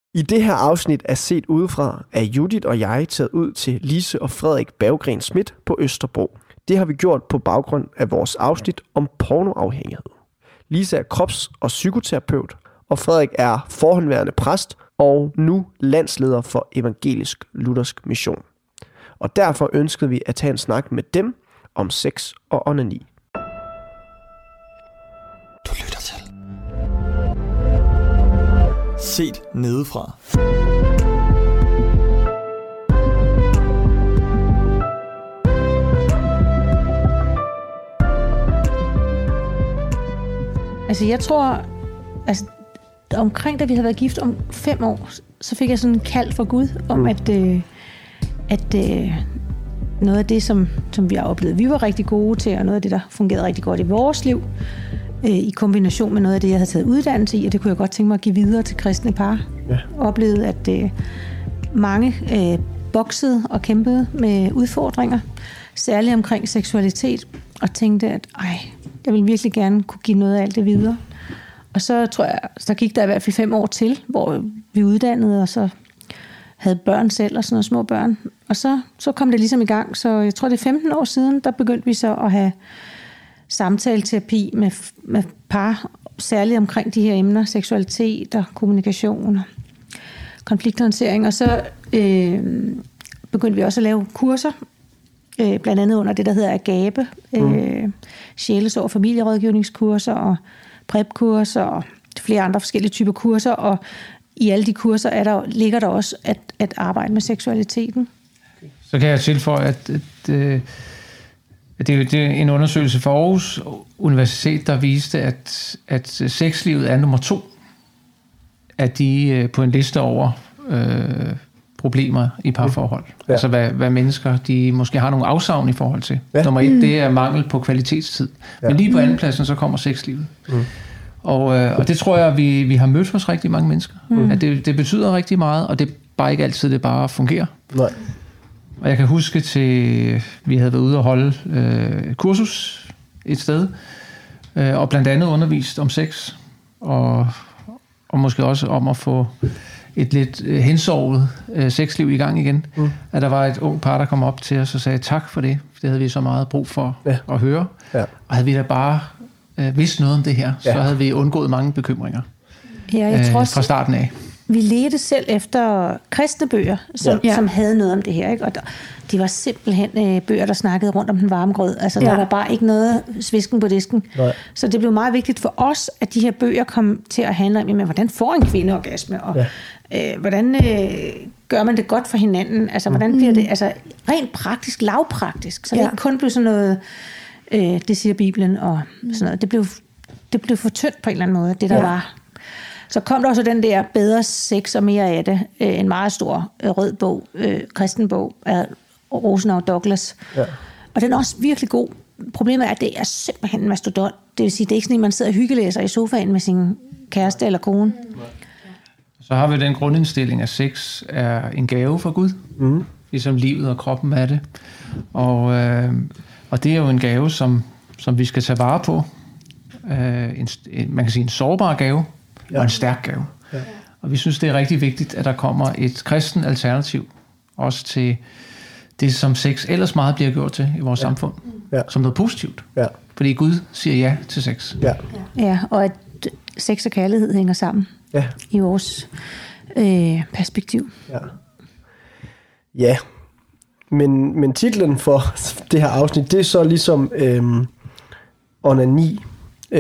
I det her afsnit af Set Udefra er Judith og jeg taget ud til Lise og Frederik Berggren Schmidt på Østerbro. Det har vi gjort på baggrund af vores afsnit om pornoafhængighed. Lise er krops- og psykoterapeut, og Frederik er forhåndværende præst og nu landsleder for Evangelisk Luthersk Mission. Og derfor ønskede vi at tage en snak med dem om sex og onani. Du lytter til Set Nedefra. Altså jeg tror, omkring da vi havde været gift om 5 år, så fik jeg sådan en kald fra Gud om, at noget af det, som vi har oplevet, vi var rigtig gode til, og noget af det, der fungerede rigtig godt i vores liv, i kombination med noget af det, jeg havde taget uddannelse i, og det kunne jeg godt tænke mig at give videre til kristne par. Ja. Oplevede, at mange boksede og kæmpede med udfordringer, særligt omkring seksualitet, og tænkte, at jeg ville virkelig gerne kunne give noget af alt det videre. Og så tror jeg, så gik der i hvert fald 5 år til, hvor vi uddannede, og så havde børn selv og sådan noget, små børn. Og så kom det ligesom i gang. Så jeg tror, det er 15 år siden, der begyndte vi så at have samtaleterapi med par, særligt omkring de her emner, seksualitet og kommunikation og konflikthåndtering. Og så begyndte vi også at lave kurser, blandt andet under det, der hedder Agape, sjælesorg- og familierådgivningskurser og prep-kurser og flere andre forskellige typer kurser, og i alle de kurser ligger der også at arbejde med seksualiteten. Så kan jeg tilføje, at det er en undersøgelse fra Aarhus Universitet, der viste, at sexlivet er nummer 2 af de på en liste over problemer i parforhold. Ja. Altså hvad mennesker de måske har nogle afsavn i forhold til. Ja. Nummer 1, det er mangel på kvalitetstid. Ja. Men lige på andenpladsen, så kommer sexlivet. Og det tror jeg, vi har mødt hos rigtig mange mennesker. At det betyder rigtig meget, og det er bare ikke altid, det bare fungerer. Nej. Og jeg kan huske vi havde været ude og holde kursus et sted, og blandt andet undervist om sex, og måske også om at få et lidt hensovet sexliv i gang igen. At der var et ung par, der kom op til os og sagde, tak for det. Det havde vi så meget brug for at høre. Ja. Og havde vi da bare vidst noget om det her, så havde vi undgået mange bekymringer fra starten af. Vi ledte selv efter kristne bøger, som havde noget om det her. Ikke? Og de var simpelthen bøger, der snakkede rundt om den varme grød. Altså, der var bare ikke noget svisken på disken. Nej. Så det blev meget vigtigt for os, at de her bøger kom til at handle om, hvordan får en kvinde orgasme, og hvordan gør man det godt for hinanden? Altså, hvordan bliver det rent praktisk, lavpraktisk? Så det ikke kun blev sådan noget, det siger Bibelen, og sådan noget. Det blev for tyndt på en eller anden måde, det der var. Så kom der også den der bedre sex og mere af det, en meget stor rød bog, kristen bog af Rosenau Douglas. Ja. Og den er også virkelig god. Problemet er, at det er simpelthen en mastodont. Det vil sige, det er ikke sådan, at man sidder og hyggelæser i sofaen med sin kæreste eller kone. Så har vi den grundindstilling, at sex er en gave fra Gud. Ligesom livet og kroppen er det. Og det er jo en gave, som vi skal tage vare på. Man kan sige en sårbar gave. Og en stærk gave. Ja. Og vi synes, det er rigtig vigtigt, at der kommer et kristen alternativ, også til det, som sex ellers meget bliver gjort til i vores samfund, som noget positivt. Ja. Fordi Gud siger ja til sex. Ja, og at sex og kærlighed hænger sammen i vores perspektiv. Ja, men titlen for det her afsnit, det er så ligesom onani.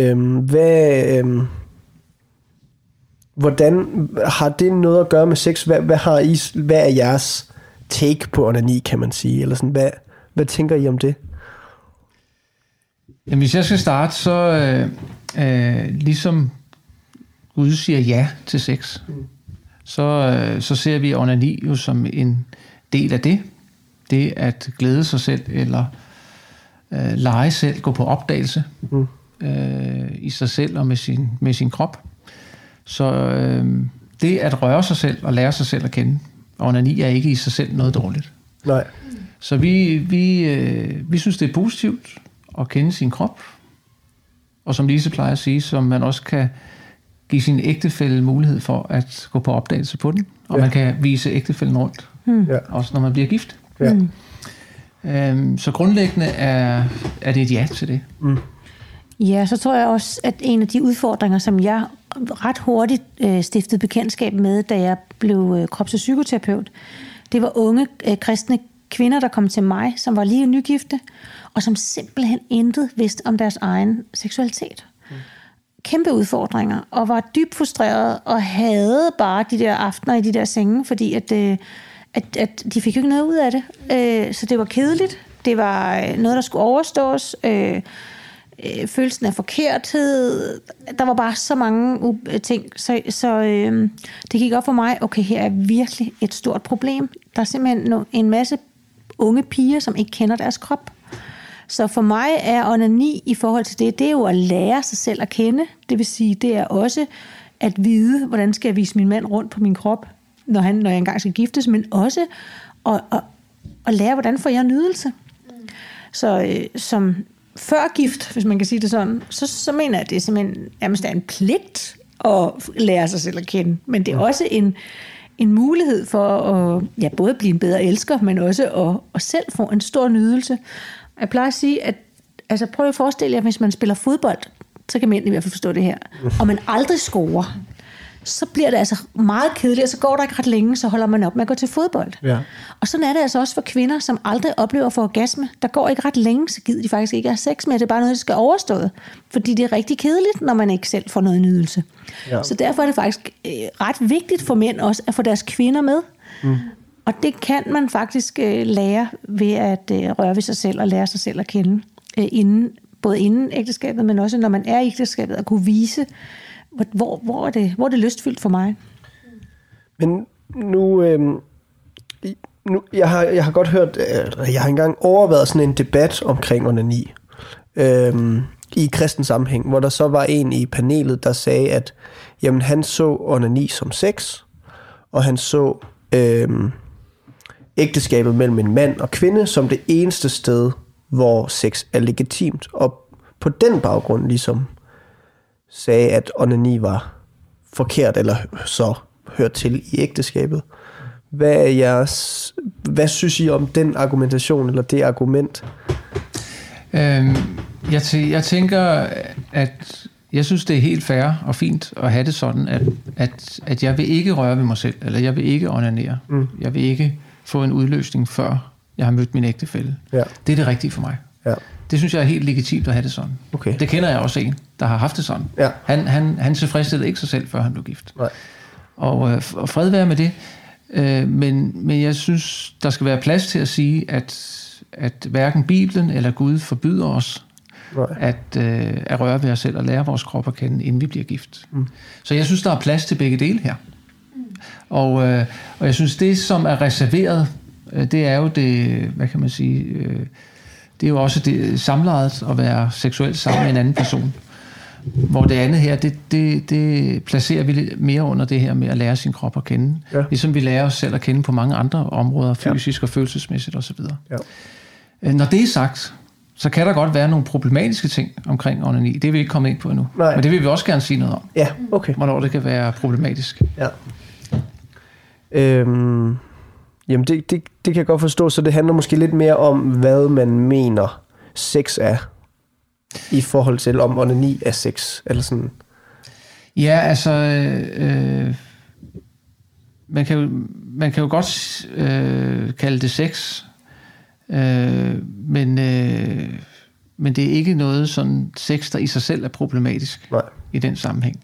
Hvordan har det noget at gøre med sex? Hvad er jeres take på onani, kan man sige? Eller sådan, hvad tænker I om det? Jamen, hvis jeg skal starte, så ligesom Gud siger ja til sex, så ser vi onani jo som en del af det. Det at glæde sig selv, eller lege selv, gå på opdagelse i sig selv og med sin krop. Så det at røre sig selv og lære sig selv at kende, og onani er ikke i sig selv noget dårligt. Nej. Så vi synes, det er positivt at kende sin krop, og som Lise plejer at sige, som man også give sin ægtefælle mulighed for at gå på opdagelse på den, og man kan vise ægtefællen rundt, også når man bliver gift. Så grundlæggende er det et ja til det. Ja, så tror jeg også, at en af de udfordringer, som jeg ret hurtigt stiftede bekendtskab med, da jeg blev krops- og psykoterapeut, det var unge kristne kvinder, der kom til mig, som var lige nygifte, og som simpelthen intet vidste om deres egen seksualitet. Kæmpe udfordringer, og var dybt frustreret, og havde bare de der aftener i de der senge, fordi at de fik jo ikke noget ud af det. Så det var kedeligt. Det var noget, der skulle overstås. Følelsen af forkerthed. Der var bare så mange ting. Så det gik op for mig, okay, her er virkelig et stort problem. Der er simpelthen en masse unge piger, som ikke kender deres krop. Så for mig er onani i forhold til det er jo at lære sig selv at kende. Det vil sige, det er også at vide, hvordan skal jeg vise min mand rundt på min krop, når jeg engang skal giftes, men også at lære, hvordan får jeg nydelse. Så som før gift, hvis man kan sige det sådan, så mener jeg, at det er simpelthen nærmest en pligt at lære sig selv at kende. Men det er også en mulighed for at både blive en bedre elsker, men også at selv få en stor nydelse. Jeg plejer at sige, at prøv at forestille jer, hvis man spiller fodbold, så kan mænd i hvert fald forstå det her, og man aldrig scorer, så bliver det altså meget kedeligt, og så går der ikke ret længe, så holder man op med at gå til fodbold. Ja. Og sådan er det altså også for kvinder, som aldrig oplever at få orgasme. Der går ikke ret længe, så gider de faktisk ikke have sex med. Det er bare noget, der skal overstået. Fordi det er rigtig kedeligt, når man ikke selv får noget nydelse. Ja. Så derfor er det faktisk ret vigtigt for mænd også, at få deres kvinder med. Og det kan man faktisk lære ved at røre ved sig selv og lære sig selv at kende. Både inden ægteskabet, men også når man er i ægteskabet, at kunne vise, hvor er det lystfyldt for mig. Men nu jeg har godt hørt, jeg har engang overvejet sådan en debat omkring onani i kristen sammenhæng, hvor der så var en i panelet, der sagde, at jamen, han så onani som sex, og han så ægteskabet mellem en mand og kvinde som det eneste sted, hvor sex er legitimt, og på den baggrund ligesom sagde, at onani var forkert, eller så hørt til i ægteskabet. Hvad synes I om den argumentation, eller det argument? Jeg tænker, at jeg synes, det er helt fair og fint at have det sådan, at jeg vil ikke røre ved mig selv, eller jeg vil ikke onanere. Jeg vil ikke få en udløsning, før jeg har mødt min ægtefælle. Ja. Det er det rigtige for mig. Ja. Det synes jeg er helt legitimt at have det sådan. Okay. Det kender jeg også en, der har haft det sådan. Ja. Han tilfredsstillede ikke sig selv, før han blev gift. Nej. Og fred være med det. Men jeg synes, der skal være plads til at sige, at hverken Bibelen eller Gud forbyder os at røre ved os selv og lære vores krop at kende, inden vi bliver gift. Så jeg synes, der er plads til begge dele her. Og jeg synes, det som er reserveret, det er jo det, hvad kan man sige, det er jo også det samlejet at være seksuelt sammen med en anden person. Hvor det andet her, det placerer vi mere under det her med at lære sin krop at kende. Ja. Ligesom vi lærer os selv at kende på mange andre områder, fysisk og følelsesmæssigt osv. Ja. Når det er sagt, så kan der godt være nogle problematiske ting omkring onani. Det er vi ikke kommet ind på endnu. Nej. Men det vil vi også gerne sige noget om. Ja, okay. Hvornår det kan være problematisk. Ja. Jamen det kan jeg godt forstå, så det handler måske lidt mere om, hvad man mener sex er, i forhold til om onani er sex, eller sådan. Ja, altså, man kan jo godt kalde det sex, men det er ikke noget sådan sex, der i sig selv er problematisk. Nej. I den sammenhæng.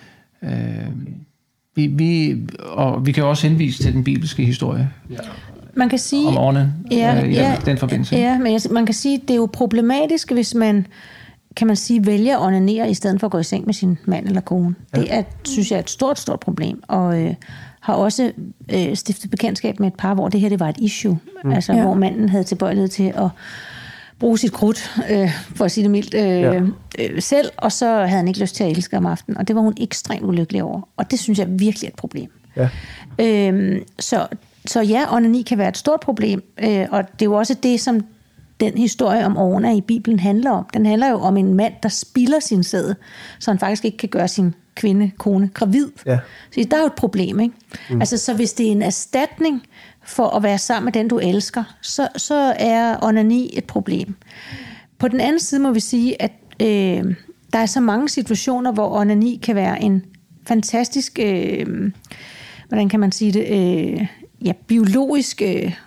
Vi kan jo også henvise til den bibelske historie. Ja. Man kan sige, om årene den forbindelse. Ja, men man kan sige, at det er jo problematisk, hvis man, kan man sige, vælger at onanere i stedet for at gå i seng med sin mand eller kone. Ja. Det synes jeg er et stort problem, og har også stiftet bekendtskab med et par, hvor det her det var et issue. Altså hvor manden havde tilbøjelighed til at bruge sit krudt, for at sige det mildt, selv, og så havde han ikke lyst til at elske om aftenen, og det var hun ekstremt ulykkelig over. Og det synes jeg virkelig er et problem. Ja. Så ja, onani kan være et stort problem, og det er jo også det, som den historie om Orna i Bibelen handler om. Den handler jo om en mand, der spilder sin sæd, så han faktisk ikke kan gøre sin kone gravid. Ja. Så der er jo et problem, ikke? Altså, så hvis det er en erstatning for at være sammen med den, du elsker, så er onani et problem. På den anden side må vi sige, at der er så mange situationer, hvor onani kan være en fantastisk, hvordan kan man sige det, biologisk...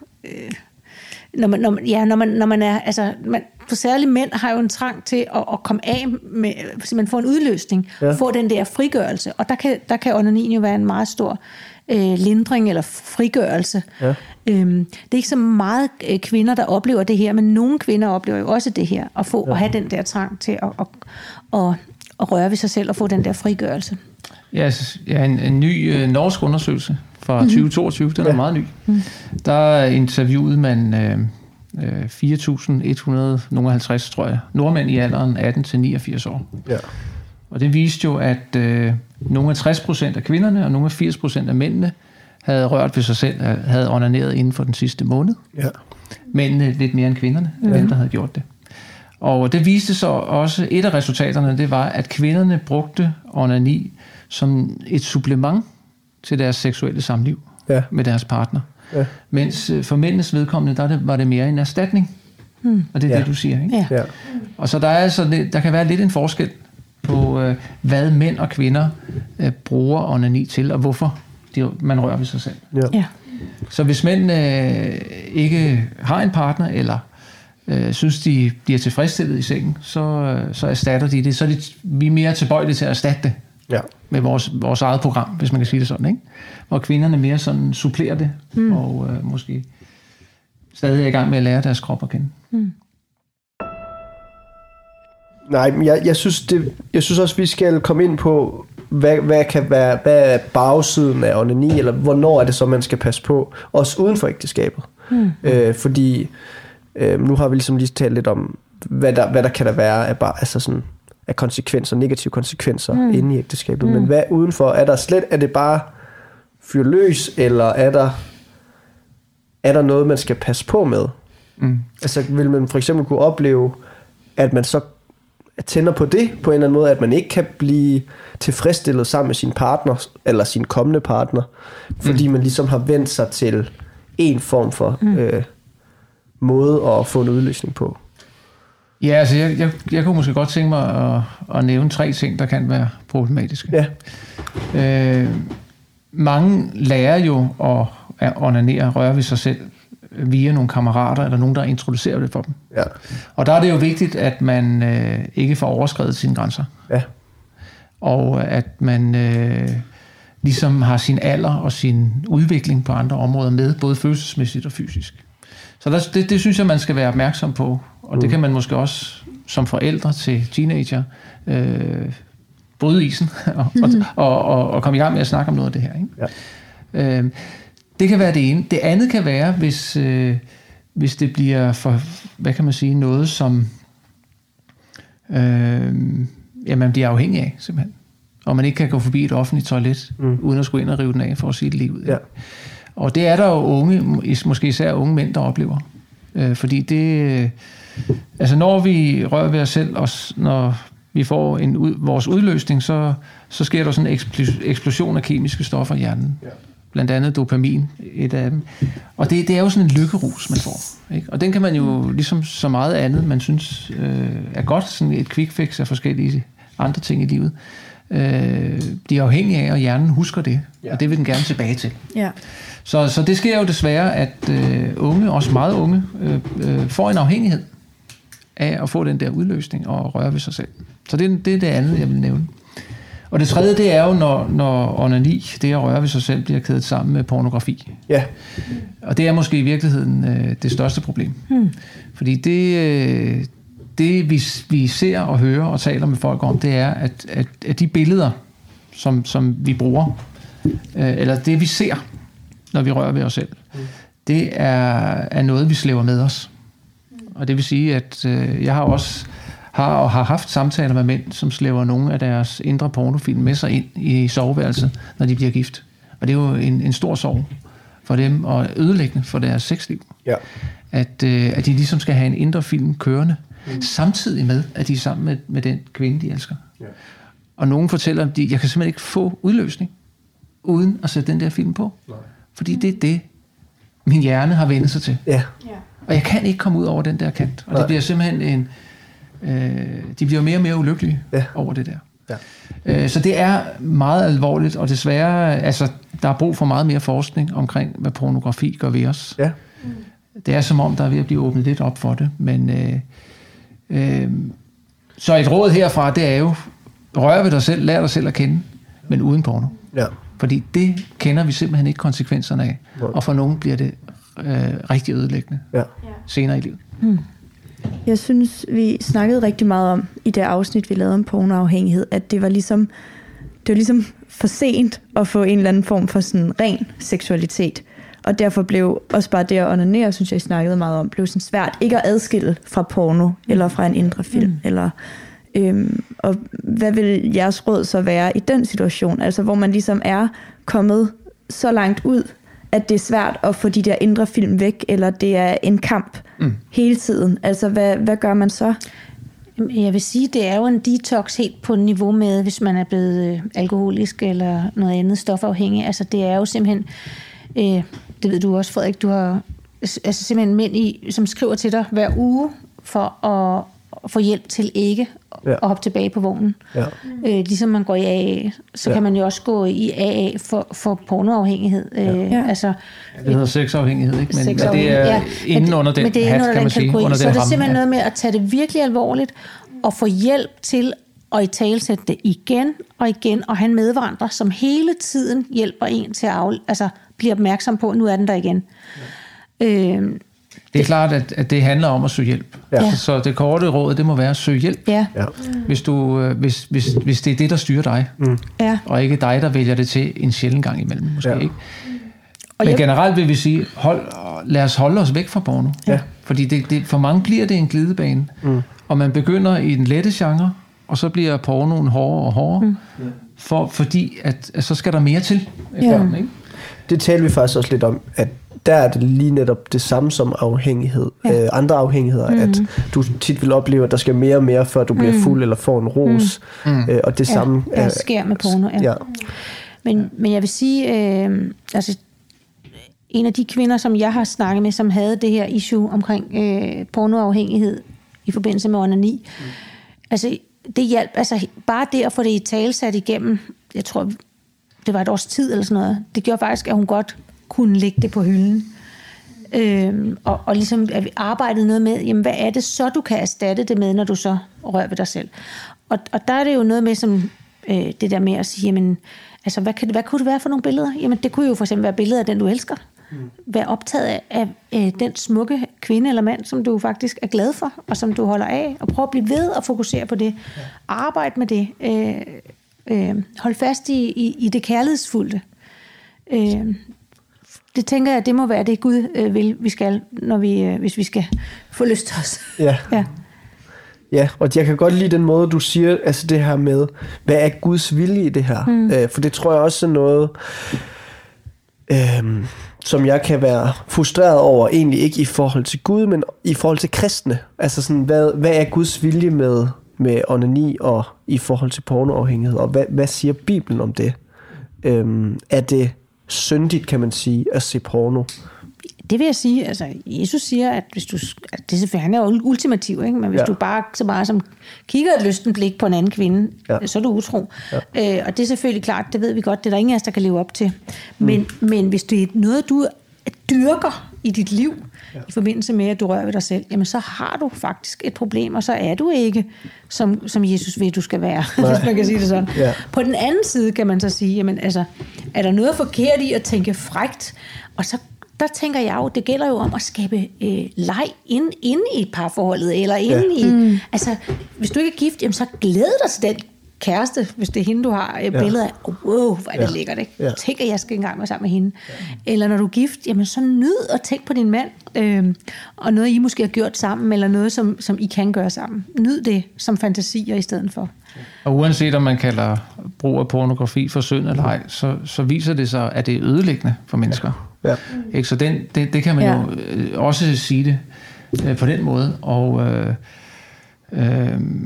Når man er, altså, for særligt mænd har jo en trang til at komme af med, hvis man får en udløsning, få den der frigørelse, og der kan onanin jo være en meget stor lindring eller frigørelse. Ja. Det er ikke så meget kvinder, der oplever det her, men nogle kvinder oplever jo også det her, at have den der trang til at røre ved sig selv og få den der frigørelse. Ja, en ny norsk undersøgelse fra 2022, den er meget ny. Der interviewede man 4.150, tror jeg, nordmænd i alderen 18-89 år. Ja. Og det viste jo, at nogle af 60% af kvinderne og nogle af 80% af mændene havde rørt ved sig selv, havde onaneret inden for den sidste måned. Ja. Mændene lidt mere end kvinderne, der havde gjort det. Og det viste så også, et af resultaterne, det var, at kvinderne brugte onani som et supplement til deres seksuelle samliv med deres partner. Ja. Mens for mændenes vedkommende, var det mere en erstatning. Og det er det, du siger, ikke? Ja. Og så der kan være lidt en forskel på, hvad mænd og kvinder bruger onani til, og hvorfor man rører ved sig selv. Ja. Så hvis mænd ikke har en partner, eller synes, de bliver tilfredsstillet i sengen, så erstatter de det. Så er vi mere tilbøjelige til at erstatte det. Ja. Med vores eget program, hvis man kan sige det sådan, ikke? Hvor kvinderne mere sådan supplerer det, og måske stadig er i gang med at lære deres krop at kende. Nej, men jeg synes også, vi skal komme ind på, hvad er bagsiden af onani, eller hvornår er det så, man skal passe på, også uden for ægteskabet. Fordi nu har vi ligesom lige talt lidt om, hvad der kan der være af konsekvenser, negative konsekvenser inde i ægteskabet. Men hvad udenfor? Er det bare fyr løs, eller er der noget, man skal passe på med? Altså vil man for eksempel kunne opleve, at man så tænder på det på en eller anden måde, at man ikke kan blive tilfredsstillet sammen med sin partner, eller sin kommende partner, fordi man ligesom har vendt sig til en form for måde at få en udløsning på. Ja, altså jeg kunne måske godt tænke mig at nævne 3 ting, der kan være problematiske. Ja. Mange lærer jo at onanere, røre ved sig selv via nogle kammerater, eller nogen, der introducerer det for dem. Ja. Og der er det jo vigtigt, at man ikke får overskredet sine grænser. Ja. Og at man ligesom har sin alder og sin udvikling på andre områder med, både følelsesmæssigt og fysisk. Så det synes jeg, man skal være opmærksom på. Og det kan man måske også som forældre til teenager bryde isen og komme i gang med at snakke om noget af det her. Ikke? Ja. Det kan være det ene. Det andet kan være, hvis det bliver for, hvad kan man sige, noget som man bliver afhængig af, simpelthen. Og man ikke kan gå forbi et offentligt toilet, uden at skulle ind og rive den af for at sige det lige ud. Ja. Og det er der jo unge, måske især unge mænd, der oplever. Fordi det... Altså når vi rører ved os selv, og når vi får vores udløsning, så sker der sådan en eksplosion af kemiske stoffer i hjernen. Ja. Blandt andet dopamin, et af dem. Og det er jo sådan en lykkerus, man får. Ikke? Og den kan man jo, ligesom så meget andet, man synes er godt, sådan et quick fix af forskellige andre ting i livet. De er afhængige af, og hjernen husker det, og det vil den gerne tilbage til. Ja. Så det sker jo desværre, at unge, også meget unge, får en afhængighed af at få den der udløsning og røre ved sig selv. Så det er det andet, jeg vil nævne. Og det tredje, det er jo, når onani, det at røre ved sig selv, bliver kædet sammen med pornografi. Ja. Og det er måske i virkeligheden det største problem. Fordi det vi ser og hører og taler med folk om, det er, at de billeder, som vi bruger, eller det vi ser, når vi rører ved os selv, det er noget, vi slæber med os. Og det vil sige, at jeg har haft samtaler med mænd, som slæber nogle af deres indre pornofilm med sig ind i soveværelset, når de bliver gift. Og det er jo en stor sorg for dem, og ødelæggende for deres sexliv. Ja. At de ligesom skal have en indre film kørende, samtidig med, at de er sammen med den kvinde, de elsker. Ja. Og nogen fortæller, at jeg kan simpelthen ikke få udløsning, uden at sætte den der film på. Nej. Fordi det er det, min hjerne har vendt sig til. Ja. Og jeg kan ikke komme ud over den der kant. Og det bliver simpelthen de bliver mere og mere ulykkelige over det der. Ja. Så det er meget alvorligt, og desværre, altså, der er brug for meget mere forskning omkring, hvad pornografi gør ved os. Ja. Det er som om, der er ved at blive åbnet lidt op for det. Men så et råd herfra, det er jo, rør ved dig selv, lær dig selv at kende, men uden porno. Ja. Fordi det kender vi simpelthen ikke konsekvenserne af. Og for nogen bliver det rigtig ødelæggende senere i livet. Jeg synes, vi snakkede rigtig meget om, i det afsnit, vi lavede om pornoafhængighed, at det var ligesom for sent at få en eller anden form for sådan ren seksualitet. Og derfor blev også bare det at onanere, synes jeg snakkede meget om, blev sådan svært ikke at adskille fra porno, eller fra en indre film, eller... og hvad vil jeres råd så være i den situation? Altså hvor man ligesom er kommet så langt ud, at det er svært at få de der indre film væk, eller det er en kamp hele tiden. Altså hvad gør man så? Jeg vil sige, det er jo en detox helt på niveau med, hvis man er blevet alkoholisk eller noget andet stofafhængig. Altså det er jo simpelthen, det ved du også, Frederik, du har altså simpelthen mænd, som skriver til dig hver uge for at få hjælp til ikke at hoppe tilbage på vognen. Ja. Ligesom man går i AA, så kan man jo også gå i AA for pornoafhængighed. Altså, det hedder sexafhængighed, ikke? Men det er inden under den hat, kan man sige. Under så er det simpelthen noget med at tage det virkelig alvorligt og få hjælp til at italesætte det igen og igen, og have en medvandrer, som hele tiden hjælper en til at blive opmærksom på, at nu er den der igen. Ja. Det er klart, at det handler om at søge hjælp. Ja. Så det korte råd, det må være at søge hjælp. Ja. Hvis det er det, der styrer dig, og ikke dig, der vælger det til en sjælden gang imellem, måske ikke. Men generelt vil vi sige, lad os holde os væk fra porno. Ja. Fordi for mange bliver det en glidebane, og man begynder i den lette genre, og så bliver pornoen hårdere og hårdere, fordi at så skal der mere til. Ikke? Det taler vi faktisk også lidt om, at der er det lige netop det samme som afhængighed. Andre afhængigheder, at du tit vil opleve, at der skal mere og mere, før du bliver fuld eller får en ros. Og det samme... der sker med porno, Men jeg vil sige, altså en af de kvinder, som jeg har snakket med, som havde det her issue omkring pornoafhængighed i forbindelse med onani, altså det hjalp, altså bare det at få det i tale sat igennem, jeg tror, det var et års tid eller sådan noget, det gjorde faktisk, at hun godt kunne lægge det på hylden. Og ligesom at vi arbejdede noget med, jamen hvad er det så, du kan erstatte det med, når du så rører ved dig selv. Og der er det jo noget med, som det der med at sige, jamen, altså hvad kunne det være for nogle billeder? Jamen det kunne jo for eksempel være billeder af den, du elsker. Vær optaget af den smukke kvinde eller mand, som du faktisk er glad for, og som du holder af, og prøv at blive ved at fokusere på det. Arbejde med det. Hold fast i det kærlighedsfulde. Det tænker jeg, det må være det Gud vil, vi skal, hvis vi skal få lyst til os. Ja, og jeg kan godt lide den måde, du siger, altså det her med, hvad er Guds vilje i det her? For det tror jeg også er noget, som jeg kan være frustreret over, egentlig ikke i forhold til Gud, men i forhold til kristne. Altså sådan, hvad er Guds vilje med onani og i forhold til pornoafhængighed, og hvad siger Bibelen om det? Er det syndigt, kan man sige, at se porno? Det vil jeg sige, altså Jesus siger, at hvis du, det er selvfølgelig, han er jo ultimativ, ikke? Men hvis du bare så meget som kigger et lysten blik på en anden kvinde, så er du utro. Og det er selvfølgelig klart, det ved vi godt, det er der ingen af os, der kan leve op til. Men hvis det er noget, du dyrker i dit liv, i forbindelse med, at du rører ved dig selv, jamen så har du faktisk et problem, og så er du ikke, som Jesus vil, du skal være, hvis man kan sige det sådan. På den anden side kan man så sige, jamen altså, er der noget forkert i at tænke frækt, og så der tænker jeg jo, det gælder jo om at skabe leg inde i parforholdet, eller inde i... Altså, hvis du ikke er gift, jamen, så glæd dig til den kæreste, hvis det er hende, du har et billede af. Wow, hvor er det lækkert, ikke? Tænk, at jeg skal engang være sammen med hende. Eller når du er gift, jamen, så nyd at tænke på din mand, og noget, I måske har gjort sammen, eller noget, som I kan gøre sammen. Nyd det som fantasier i stedet for. Og uanset om man kalder brug af pornografi for synd eller ej, så viser det sig, at det er ødelæggende for mennesker. Ikke? Så det kan man jo også sige det på den måde. Og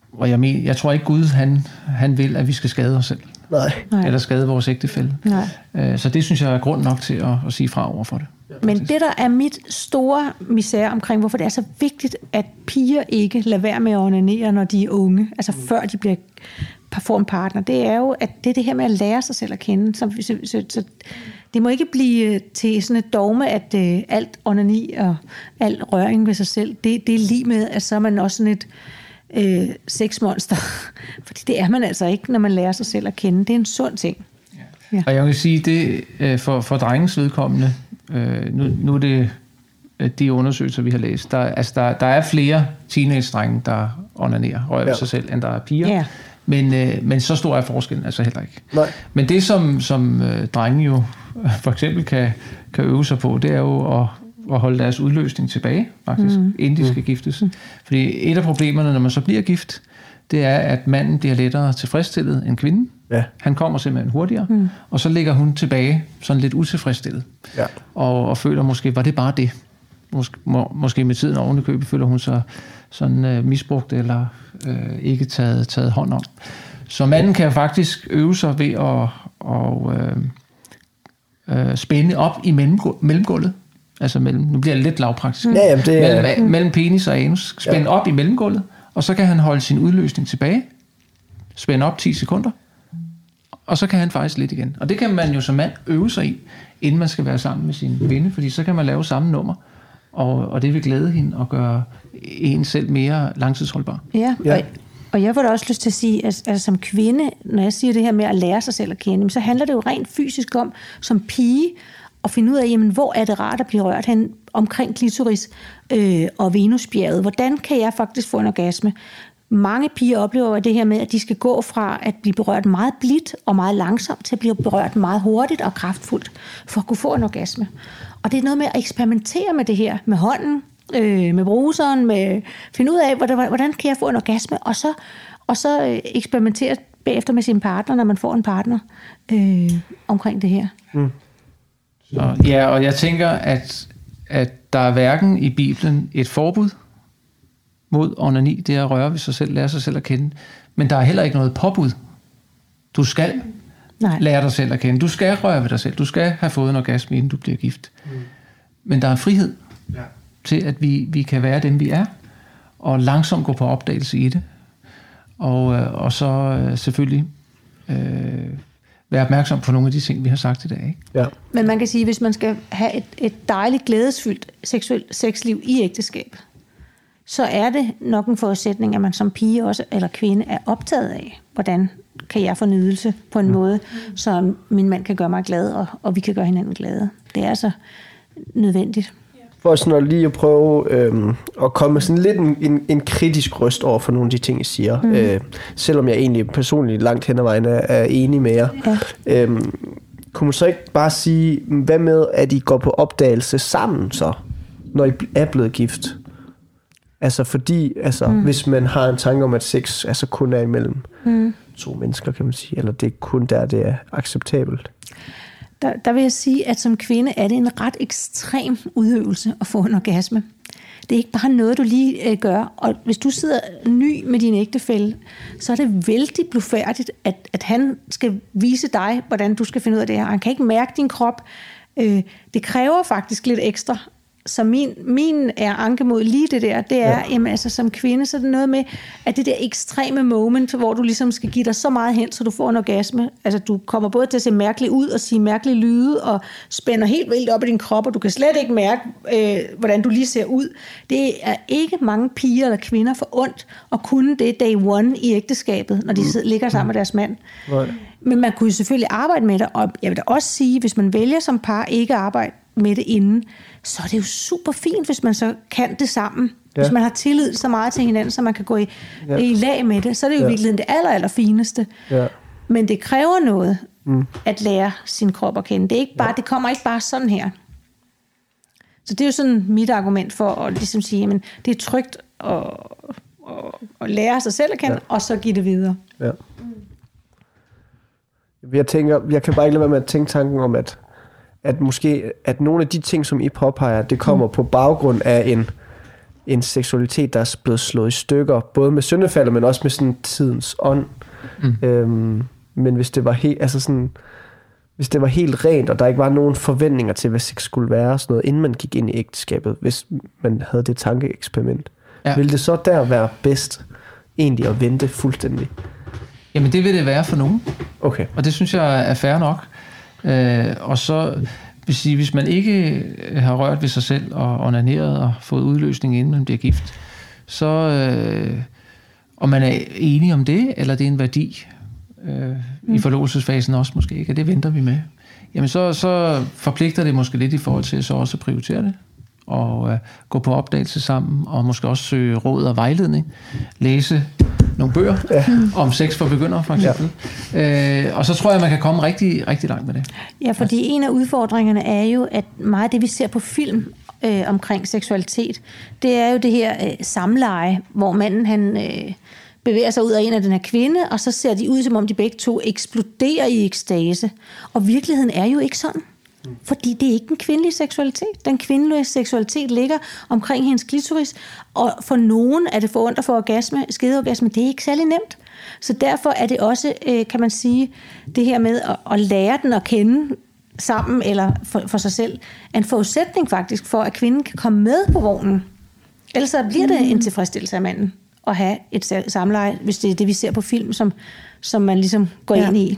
Og jeg tror ikke Gud, han vil, at vi skal skade os selv. Nej. Eller skade vores ægtefælle. Nej. Så det synes jeg er grund nok til at sige fra over for det. Men det, der er mit store misære omkring, hvorfor det er så vigtigt, at piger ikke lader være med at onanere, når de er unge, altså før de får en partner, det er jo, at det er det her med at lære sig selv at kende. Så det må ikke blive til sådan et dogme, at alt onani og alt røring ved sig selv, det er lige med, at så er man også sådan et sexmonster. Fordi det er man altså ikke, når man lærer sig selv at kende. Det er en sund ting. Ja. Og jeg vil sige, det for drengens vedkommende, nu er det de undersøgelser, vi har læst, der er flere teenage-drenge, der onanerer, rører ved sig selv, end der er piger. Ja. Men så stor er forskellen altså heller ikke. Nej. Men det, som drenge jo for eksempel kan øve sig på, det er jo at holde deres udløsning tilbage, faktisk, inden de skal giftes. Fordi et af problemerne, når man så bliver gift, det er, at manden bliver lettere tilfredsstillet end kvinden. Ja. Han kommer simpelthen hurtigere, og så ligger hun tilbage sådan lidt utilfredsstillet. Ja. Og føler måske, var det bare det? Måske med tiden oven i købet føler hun sig sådan misbrugt eller ikke taget hånd om. Så manden kan faktisk øve sig ved at spænde op i mellemgulvet. Altså nu bliver det lidt lavpraktisk. Mellem penis og anus. Spænde op i mellemgulvet, og så kan han holde sin udløsning tilbage. Spænde op 10 sekunder. Og så kan han faktisk lidt igen. Og det kan man jo som mand øve sig i, inden man skal være sammen med sin kvinde, fordi så kan man lave samme nummer. Og det vil glæde hende og gøre en selv mere langtidsholdbar. Ja. Og jeg får da også lyst til at sige, at som kvinde, når jeg siger det her med at lære sig selv at kende, så handler det jo rent fysisk om, som pige, at finde ud af, jamen, hvor er det rart at blive rørt hen omkring klitoris og venusbjerget. Hvordan kan jeg faktisk få en orgasme? Mange piger oplever det her med, at de skal gå fra at blive berørt meget blidt og meget langsomt til at blive berørt meget hurtigt og kraftfuldt for at kunne få en orgasme. Og det er noget med at eksperimentere med det her, med hånden, med bruseren, med finde ud af, hvordan kan jeg få en orgasme, og så eksperimentere bagefter med sin partner, når man får en partner omkring det her. Og jeg tænker, at der er hverken i Bibelen et forbud mod onani, det er at røre ved sig selv, lære sig selv at kende, men der er heller ikke noget påbud. Du skal lære dig selv at kende. Du skal røre ved dig selv. Du skal have fået en orgasme, inden du bliver gift. Men der er frihed til, at vi kan være dem, vi er, og langsomt gå på opdagelse i det. Og så selvfølgelig være opmærksom på nogle af de ting, vi har sagt i dag. Ikke? Ja. Men man kan sige, hvis man skal have et dejligt, glædesfyldt seksuelt sexliv i ægteskab, så er det nok en forudsætning, at man som pige også, eller kvinde er optaget af, hvordan kan jeg få nydelse på en måde, så min mand kan gøre mig glad, og vi kan gøre hinanden glade. Det er altså nødvendigt. For sådan lige at prøve at komme med sådan lidt en kritisk røst over for nogle af de ting, I siger. Selvom jeg egentlig personligt langt hen ad vejen er enig med jer. Ja. Kunne man så ikke bare sige, hvad med, at I går på opdagelse sammen så, når I er blevet gift? Altså fordi, hvis man har en tanke om, at sex kun er imellem to mennesker, kan man sige, eller det er kun der, det er acceptabelt. Der vil jeg sige, at som kvinde er det en ret ekstrem udøvelse at få en orgasme. Det er ikke bare noget, du lige gør. Og hvis du sidder ny med din ægtefælle, så er det vældig blufærdigt, at han skal vise dig, hvordan du skal finde ud af det her. Han kan ikke mærke din krop. Det kræver faktisk lidt ekstra. Så min er anke mod lige det der, det er, jamen altså som kvinde, så er det noget med, at det der ekstreme moment, hvor du ligesom skal give dig så meget hen, så du får en orgasme. Altså du kommer både til at se mærkeligt ud og sige mærkelige lyde, og spænder helt vildt op i din krop, og du kan slet ikke mærke, hvordan du lige ser ud. Det er ikke mange piger eller kvinder for ondt at kunne det day one i ægteskabet, når de ligger sammen med deres mand. Men man kunne jo selvfølgelig arbejde med det, og jeg vil da også sige, hvis man vælger som par ikke at arbejde med det inden, så er det jo super fint, hvis man så kan det sammen. Ja. Hvis man har tillid så meget til hinanden, så man kan gå i lag med det, så er det jo virkelig det aller fineste. Ja. Men det kræver noget at lære sin krop at kende. Det er ikke bare, det kommer ikke bare sådan her. Så det er jo sådan mit argument for at ligesom sige, jamen, det er trygt at lære sig selv at kende, og så give det videre. Ja. Jeg kan bare ikke lade være med at tænke tanken om, at måske, at nogle af de ting, som I påpeger, det kommer på baggrund af en seksualitet, der er blevet slået i stykker, både med syndefaldet, men også med sådan tidens ånd. Men hvis det var hvis det var helt rent, og der ikke var nogen forventninger til, hvad sex skulle være, sådan noget, inden man gik ind i ægteskabet, hvis man havde det tankeeksperiment, ville det så der være bedst egentlig at vente fuldstændig? Jamen det vil det være for nogen. Okay. Og det synes jeg er fair nok. Og så vil sige, hvis man ikke har rørt ved sig selv og onaneret og fået udløsning, inden man bliver gift, så og man er enig om det, eller det er en værdi i forlovelsesfasen også måske ikke, og det venter vi med, jamen så forpligter det måske lidt i forhold til så også at prioritere det, og gå på opdagelse sammen, og måske også søge råd og vejledning, læse nogle bøger om sex for begyndere, for eksempel. Ja. Og så tror jeg, man kan komme rigtig, rigtig langt med det. Ja, fordi en af udfordringerne er jo, at meget af det, vi ser på film omkring seksualitet, det er jo det her samleje, hvor manden han bevæger sig ud af en af den her kvinde, og så ser de ud, som om de begge to eksploderer i ekstase. Og virkeligheden er jo ikke sådan. Fordi det er ikke den kvindelige seksualitet. Den kvindelige seksualitet ligger omkring hendes klitoris, og for nogen er det forundt at få skedeorgasme, det er ikke særlig nemt. Så derfor er det også, kan man sige, det her med at lære den at kende sammen, eller for sig selv, en forudsætning faktisk for, at kvinden kan komme med på vognen. Ellers så bliver det en tilfredsstillelse af manden at have et samleje, hvis det er det, vi ser på film, som man ligesom går ind i.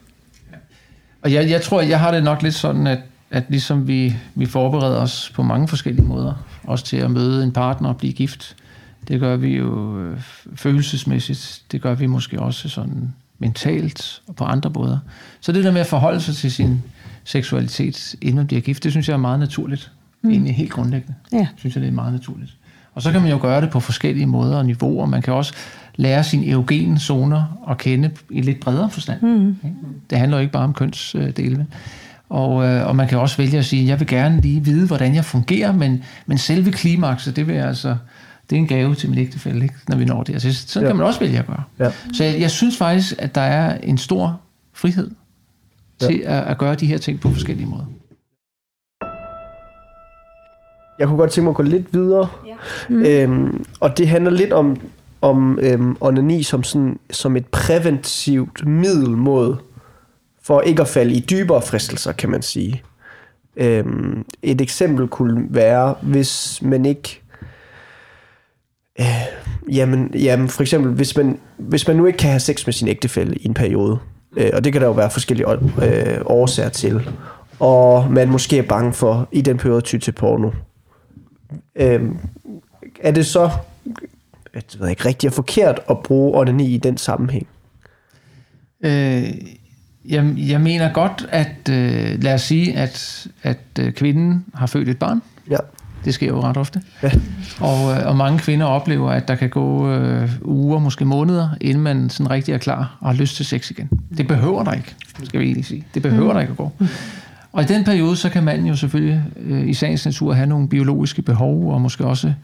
Og jeg tror, jeg har det nok lidt sådan, at ligesom vi forbereder os på mange forskellige måder, også til at møde en partner og blive gift. Det gør vi jo følelsesmæssigt, det gør vi måske også sådan mentalt og på andre måder. Så det der med at forholde sig til sin seksualitet, inden man bliver gift, det synes jeg er meget naturligt. Egentlig helt grundlæggende. Ja. Synes jeg, det er meget naturligt. Og så kan man jo gøre det på forskellige måder og niveauer. Man kan også lære sine erogene zoner at kende i lidt bredere forstand. Det handler jo ikke bare om kønsdele. Og man kan også vælge at sige, jeg vil gerne lige vide, hvordan jeg fungerer, men selve klimakset, det er en gave til min ægtefælle, ikke, når vi når det. Altså, sådan kan man også vælge at gøre. Ja. Så jeg synes faktisk, at der er en stor frihed til at gøre de her ting på forskellige måder. Jeg kunne godt tænke mig at gå lidt videre. Ja. Og det handler lidt om onani som et præventivt middel mod, for ikke at falde i dybere fristelser, kan man sige. Et eksempel kunne være, hvis man ikke... for eksempel, hvis man nu ikke kan have sex med sin ægtefælle i en periode, og det kan der jo være forskellige årsager til, og man måske er bange for i den periode ty til porno. Er det så ikke rigtigt og forkert at bruge onani i den sammenhæng? Jeg mener godt, at lad os sige, at kvinden har født et barn. Ja. Det sker jo ret ofte. Ja. Og mange kvinder oplever, at der kan gå uger, måske måneder, inden man sådan rigtig er klar og har lyst til sex igen. Det behøver der ikke, skal vi egentlig sige. Det behøver der ikke at gå. Og i den periode, så kan manden jo selvfølgelig i sagens natur have nogle biologiske behov, og måske også,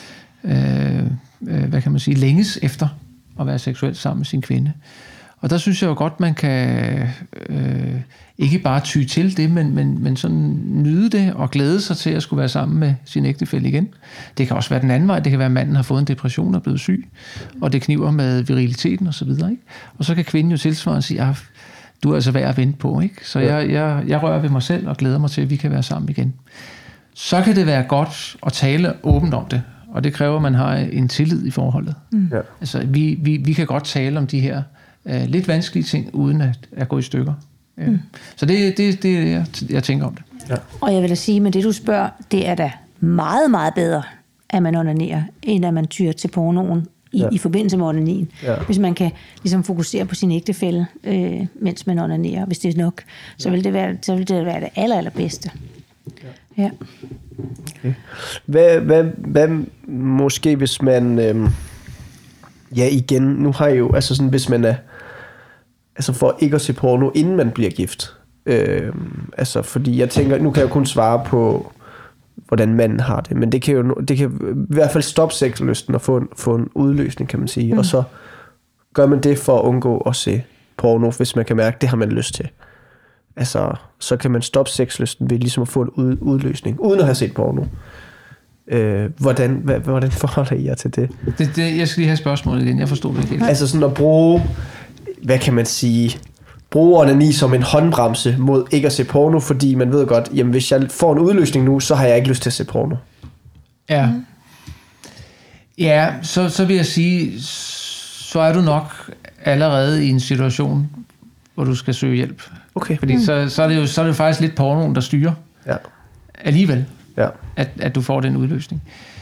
hvad kan man sige, længes efter at være seksuelt sammen med sin kvinde. Og der synes jeg jo godt, man kan ikke bare ty til det, men sådan nyde det og glæde sig til at skulle være sammen med sin ægtefælle igen. Det kan også være den anden vej. Det kan være, at manden har fået en depression og er blevet syg, og det kniver med viriliteten osv. Og så kan kvinden jo tilsvarende sige, du er altså værd at vente på, ikke? Så jeg rører ved mig selv og glæder mig til, at vi kan være sammen igen. Så kan det være godt at tale åbent om det, og det kræver, at man har en tillid i forholdet. Ja. Altså, vi kan godt tale om de her lidt vanskelige ting, uden at gå i stykker. Så det er det, jeg tænker om det. Ja. Og jeg vil da sige, med det du spørger, det er da meget, meget bedre, at man onanerer, end at man tyrer til pornoen i forbindelse med onanien. Ja. Hvis man kan ligesom fokusere på sin ægtefælle, mens man onanerer, hvis det er nok, så vil det være det allerbedste. Ja. Okay. Hvad måske, hvis man... igen, nu har jeg jo... Altså sådan, hvis man er... Altså for ikke at se porno, inden man bliver gift. Altså fordi jeg tænker, nu kan jeg kun svare på, hvordan manden har det, men det kan i hvert fald stoppe sexlysten og få en udløsning, kan man sige. Og så gør man det for at undgå at se porno, hvis man kan mærke, det har man lyst til. Altså, så kan man stoppe sexlysten ved ligesom at få en udløsning, uden at have set porno. Hvordan forholder I jer til det? Jeg skal lige have spørgsmålet igen. Jeg forstod det ikke helt. Altså sådan at bruge, hvad kan man sige, bruge onani som en håndbremse mod ikke at se porno, fordi man ved godt, jamen hvis jeg får en udløsning nu, så har jeg ikke lyst til at se porno. Ja. Ja, så vil jeg sige, så er du nok allerede i en situation, hvor du skal søge hjælp. Okay. Fordi så er det jo faktisk lidt pornoen, der styrer. Ja. Alligevel. Ja. At du får den udløsning.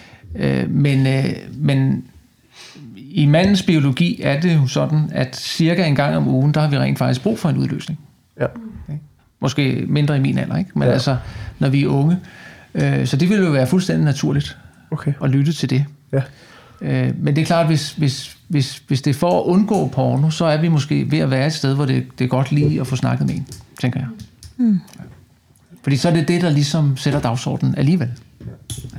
Men i mandens biologi er det jo sådan, at cirka en gang om ugen, der har vi rent faktisk brug for en udløsning. Ja. Okay. Måske mindre i min alder, ikke? Men altså, når vi er unge. Så det vil jo være fuldstændig naturligt at lytte til det. Ja. Men det er klart, hvis det er for at undgå porno, så er vi måske ved at være et sted, hvor det er godt lige at få snakket med en, tænker jeg. Mm. Fordi så er det det, der ligesom sætter dagsordenen alligevel. Ja.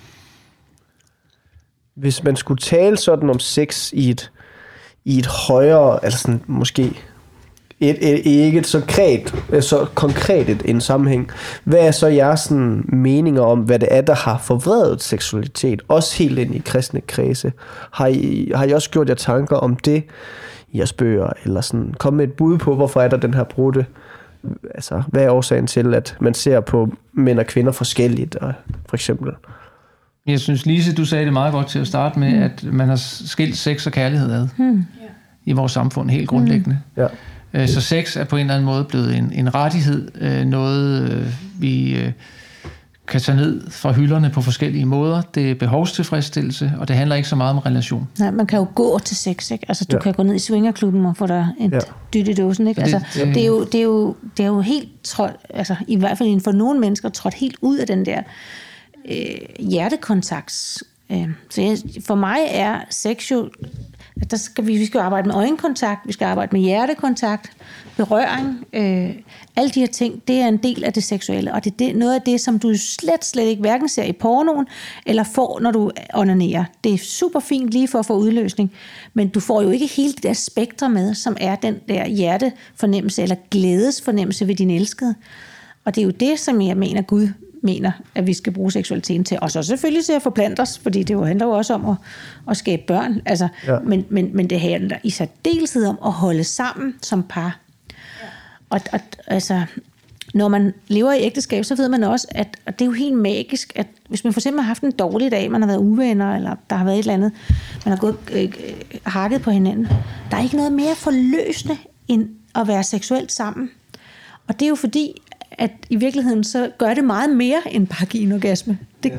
Hvis man skulle tale sådan om sex i et højere, altså sådan måske ikke så konkret en sammenhæng, hvad er så jeres sådan meninger om, hvad det er, der har forvredet seksualitet, også helt ind i kristne kredse? Har I også gjort jer tanker om det i jeres bøger, eller sådan kommet med et bud på, hvorfor er der den her brudte? Altså, hvad er årsagen til, at man ser på mænd og kvinder forskelligt, for eksempel? Jeg synes, Lise, du sagde det meget godt til at starte med, at man har skilt sex og kærlighed ad i vores samfund, helt grundlæggende. Ja. Så sex er på en eller anden måde blevet en rettighed, noget vi kan tage ned fra hylderne på forskellige måder. Det er behovstilfredsstillelse, og det handler ikke så meget om relation. Nej, man kan jo gå til sex, ikke? Altså, du kan gå ned i swingerklubben og få dig en dyt i dåsen, ikke? Altså, det er jo helt trådt, altså i hvert fald inden for nogle mennesker, trådt helt ud af den der hjertekontakt. Så for mig er sex jo, at vi skal arbejde med øjenkontakt, vi skal arbejde med hjertekontakt, berøring, alle de her ting, det er en del af det seksuelle, og det er noget af det, som du slet ikke hverken ser i pornoen, eller får, når du onanerer. Det er super fint lige for at få udløsning, men du får jo ikke hele det der spektre med, som er den der hjertefornemmelse, eller glædesfornemmelse ved din elskede. Og det er jo det, som jeg mener, Gud mener, at vi skal bruge seksualiteten til. Og så selvfølgelig til at forplante os, fordi det jo handler jo også om at skabe børn. Altså, men det handler i særdeleshed om at holde sammen som par. Og altså, når man lever i ægteskab, så ved man også, at det er jo helt magisk, at hvis man for eksempel har haft en dårlig dag, man har været uvenner, eller der har været et eller andet, man har gået hakket på hinanden, der er ikke noget mere forløsende, end at være seksuelt sammen. Og det er jo fordi, at i virkeligheden så gør det meget mere end bare give en orgasme. Det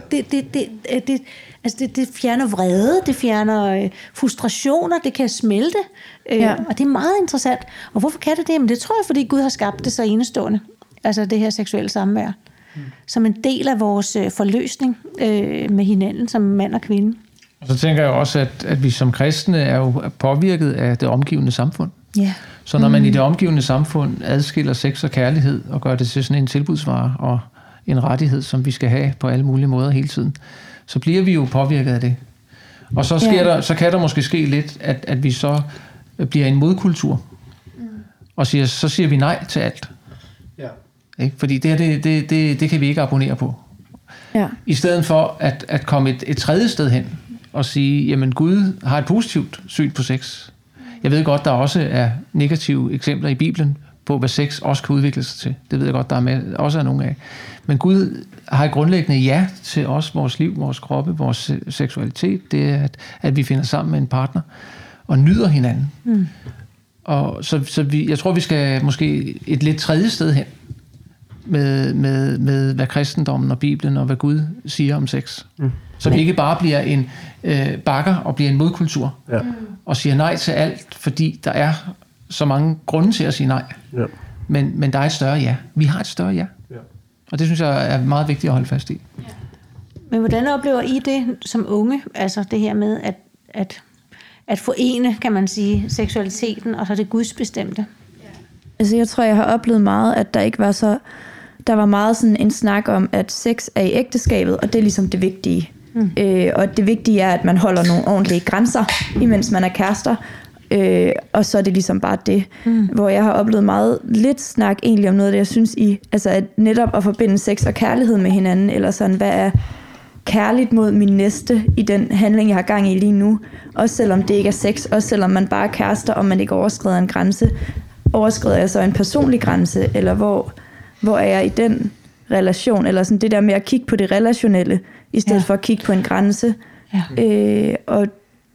fjerner vrede, det fjerner frustrationer, det kan smelte, og det er meget interessant. Og hvorfor kan det det? Men det tror jeg, fordi Gud har skabt det så enestående, altså det her seksuelle samvær, som en del af vores forløsning med hinanden som mand og kvinde. Og så tænker jeg også, at vi som kristne er jo påvirket af det omgivende samfund. Ja. Så når man i det omgivende samfund adskiller sex og kærlighed og gør det til sådan en tilbudsvare og en rettighed, som vi skal have på alle mulige måder hele tiden, så bliver vi jo påvirket af det. Og så kan der måske ske lidt, at vi så bliver en modkultur og så siger vi nej til alt. Ja. Ikke? Fordi det kan vi ikke abonnere på. Ja. I stedet for at komme et tredje sted hen og sige, jamen Gud har et positivt syn på sex. Jeg ved godt, der også er negative eksempler i Bibelen på, hvad sex også kan udvikle sig til. Det ved jeg godt, der også er nogle af. Men Gud har et grundlæggende ja til os, vores liv, vores kroppe, vores seksualitet. Det er, at vi finder sammen med en partner og nyder hinanden. Og jeg tror, vi skal måske et lidt tredje sted hen med hvad kristendommen og Bibelen og hvad Gud siger om sex. Så vi ikke bare bliver en bakker og bliver en modkultur og siger nej til alt, fordi der er så mange grunde til at sige nej. Ja. Men der er et større ja. Vi har et større ja. Og det synes jeg er meget vigtigt at holde fast i. Ja. Men hvordan oplever I det som unge? Altså det her med at forene, kan man sige, seksualiteten og så det gudsbestemte? Altså jeg tror, jeg har oplevet meget, at der ikke var så... Der var meget sådan en snak om, at sex er i ægteskabet, og det er ligesom det vigtige. Og det vigtige er, at man holder nogle ordentlige grænser, imens man er kærester. Og så er det ligesom bare det. Hvor jeg har oplevet meget lidt snak egentlig om noget af det, jeg synes altså at netop at forbinde sex og kærlighed med hinanden, eller sådan, kærligt mod min næste i den handling, jeg har gang i lige nu. Også selvom det ikke er sex, også selvom man bare er kærester, og man ikke overskrider en grænse. Overskrider jeg så en personlig grænse, eller hvor er jeg i den relation? Eller sådan det der med at kigge på det relationelle, i stedet for at kigge på en grænse. Ja. Og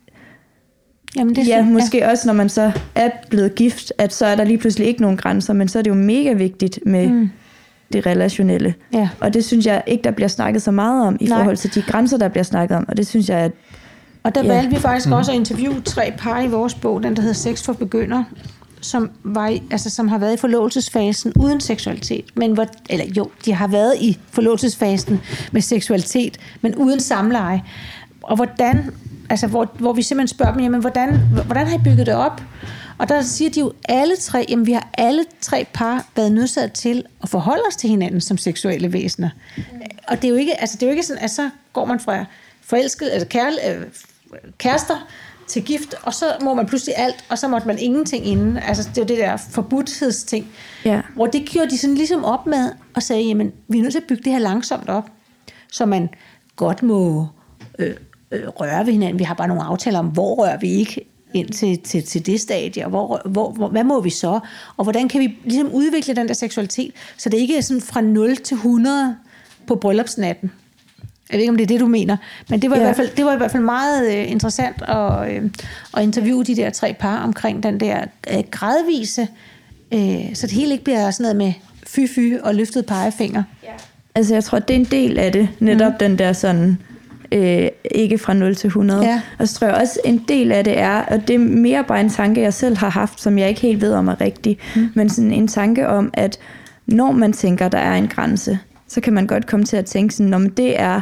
jamen, det måske også, når man så er blevet gift, at så er der lige pludselig ikke nogen grænser, men så er det jo mega vigtigt med det relationelle. Ja. Og det synes jeg ikke, der bliver snakket så meget om, i forhold til de grænser, der bliver snakket om. Og det synes jeg, at... Og der valgte vi faktisk også at interviewe 3 par i vores bog, den der hedder Sex for Begyndere, som har været i forlovelsesfasen uden seksualitet. De har været i forlovelsesfasen med seksualitet, men uden samleje. Og hvordan... Altså, hvor vi simpelthen spørger dem, jamen, hvordan har I bygget det op? Og der siger de jo alle 3, jamen, vi har alle 3 par været nødsaget til at forholde os til hinanden som seksuelle væsener. Og det er jo ikke sådan, at så går man fra forelsket, altså kærester til gift, og så må man pludselig alt, og så måtte man ingenting inden. Altså, det er jo det der forbudthedsting. Ja. Hvor det gjorde de sådan ligesom op med, og sagde, jamen, vi er nødt til at bygge det her langsomt op, så man godt må... røre ved hinanden. Vi har bare nogle aftaler om, hvor rører vi ikke ind til det stadie, og hvad må vi så? Og hvordan kan vi ligesom udvikle den der seksualitet, så det ikke er sådan fra 0 til 100 på bryllupsnatten. Jeg ved ikke, om det er det, du mener. Men det var, i hvert fald meget interessant at interviewe de der 3 par omkring den der gradvise, så det hele ikke bliver sådan noget med fy og løftet pegefinger. Ja. Altså, jeg tror, det er en del af det. Netop den der sådan... ikke fra 0 til 100. Ja. Og så tror jeg også, en del af det er, og det er mere bare en tanke, jeg selv har haft, som jeg ikke helt ved om er rigtig, men sådan en tanke om, at når man tænker, der er en grænse, så kan man godt komme til at tænke sådan, om det er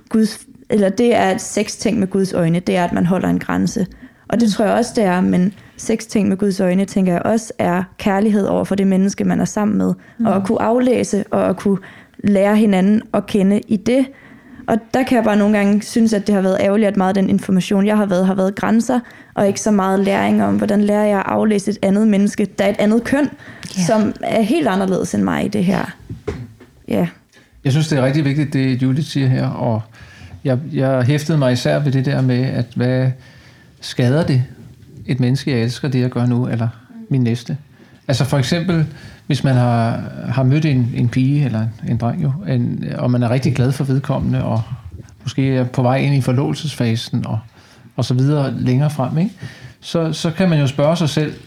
det er et sexting med Guds øjne, det er, at man holder en grænse. Og det tror jeg også, det er, men sexting med Guds øjne, tænker jeg også, er kærlighed over for det menneske, man er sammen med, og at kunne aflæse, og at kunne lære hinanden at kende i det. Og der kan jeg bare nogle gange synes, at det har været ærgerligt, at meget af den information, jeg har været grænser, og ikke så meget læring om, hvordan lærer jeg at aflæse et andet menneske, der er et andet køn, som er helt anderledes end mig i det her. Ja. Jeg synes, det er rigtig vigtigt, det Judith siger her, og jeg hæftede mig især ved det der med, at hvad skader det et menneske, jeg elsker, det jeg gør nu, eller min næste? Altså for eksempel, hvis man har mødt en pige eller en dreng, jo, og man er rigtig glad for vedkommende, og måske er på vej ind i forlovelsesfasen, og så videre længere frem, ikke? Så kan man jo spørge sig selv,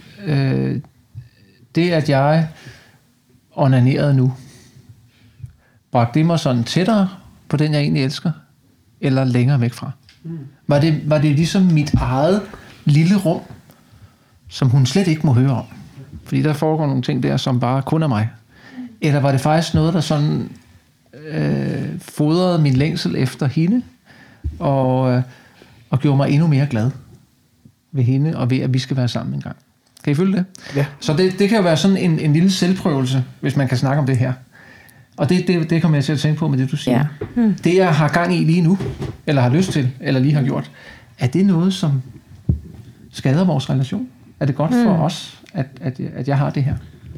det at jeg onanerede nu, bragte det mig sådan tættere på den, jeg egentlig elsker, eller længere væk fra? Var det ligesom mit eget lille rum, som hun slet ikke må høre om? Fordi der foregår nogle ting der, som bare kun er mig. Eller var det faktisk noget, der sådan fodrede min længsel efter hende, og gjorde mig endnu mere glad ved hende, og ved, at vi skal være sammen en gang. Kan I følge det? Ja. Så det kan jo være sådan en lille selvprøvelse, hvis man kan snakke om det her. Og det kommer jeg til at tænke på med det, du siger. Ja. Det, jeg har gang i lige nu, eller har lyst til, eller lige har gjort, er det noget, som skader vores relation? Er det godt for os, at jeg har det her?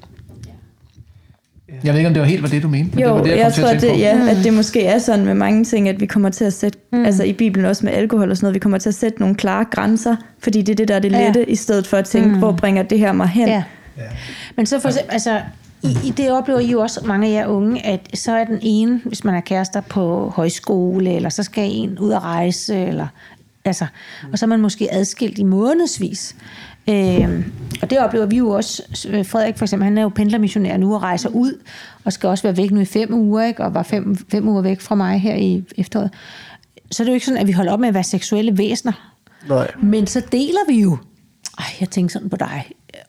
Jeg ved ikke, om det var helt det, du mente. Men jo, det var det, jeg tror, at det måske er sådan med mange ting, at vi kommer til at sætte, altså i Bibelen også med alkohol og sådan noget, vi kommer til at sætte nogle klare grænser, fordi det er det, der er det lette, i stedet for at tænke, hvor bringer det her mig hen? Ja. Men så for eksempel, altså, i det oplever I jo også mange af jer unge, at så er den ene, hvis man er kærester på højskole, eller så skal en ud at rejse, eller, altså, og så er man måske adskilt i månedsvis. Og det oplever vi jo også. Frederik for eksempel, han er jo pendlermissionær nu og rejser ud, og skal også være væk nu i 5 uger, ikke? Og var 5 uger væk fra mig her i efteråret. Så er det jo ikke sådan, at vi holder op med at være seksuelle væsener. Nej. Men så deler vi jo, jeg tænkte sådan på dig,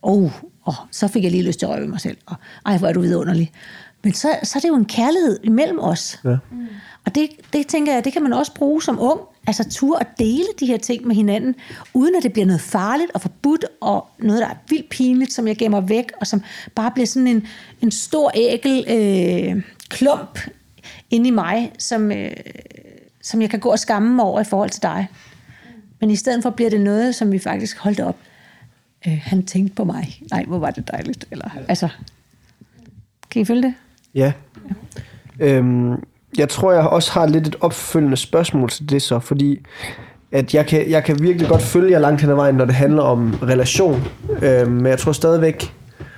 så fik jeg lige lyst til at røve mig selv, og hvor er du vidunderlig. Men så er det jo en kærlighed imellem os. Ja. Og det tænker jeg, det kan man også bruge som ung. Altså turde at dele de her ting med hinanden, uden at det bliver noget farligt og forbudt, og noget, der er vildt pinligt, som jeg gemmer væk, og som bare bliver sådan en stor ækel klump inde i mig, som jeg kan gå og skamme mig over i forhold til dig. Men i stedet for bliver det noget, som vi faktisk holdt op. Han tænkte på mig. Nej, hvor var det dejligt. Eller, altså, kan I følge det? Ja. jeg tror, jeg også har lidt et opfølgende spørgsmål til det så, fordi at jeg kan virkelig godt følge jer langt hen ad vejen, når det handler om relation. Men jeg tror stadigvæk,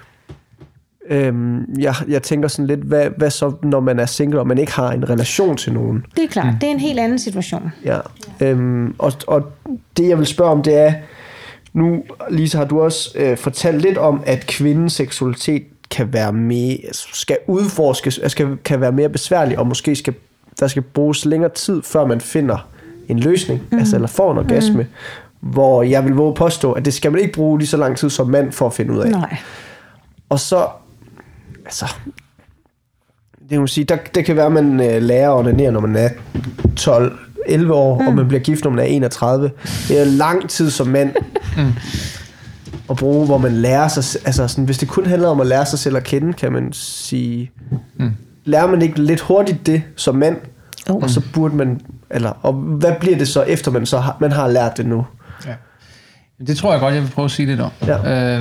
jeg tænker sådan lidt, hvad så, når man er single, og man ikke har en relation til nogen? Det er klart, det er en helt anden situation. Ja, og det jeg vil spørge om, det er, nu Lisa, har du også fortalt lidt om, at kvindens seksualitet kan være mere, skal udforskes, kan være mere besværlig, og måske der skal bruges længere tid, før man finder en løsning, altså eller får en orgasme, hvor jeg vil våge påstå, at det skal man ikke bruge lige så lang tid som mand for at finde ud af. Nej. Og så, altså, det må sige, det kan være, at man lærer at onanere, når man er 12-11 år, og man bliver gift, når man er 31. Det er lang tid som mand at bruge, hvor man lærer sig, altså sådan, hvis det kun handler om at lære sig selv at kende, kan man sige, lærer man ikke lidt hurtigt det som mand, og så burde man, og hvad bliver det så, efter man har lært det nu? Ja. Det tror jeg godt, jeg vil prøve at sige lidt om. Ja.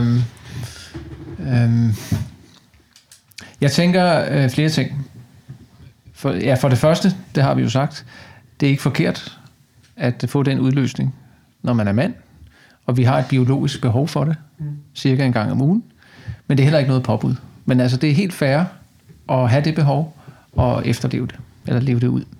Jeg tænker flere ting. For det første, det har vi jo sagt, det er ikke forkert at få den udløsning, når man er mand, og vi har et biologisk behov for det, cirka en gang om ugen, men det er heller ikke noget påbud. Men altså, det er helt fair at have det behov og efterleve det, eller leve det ud.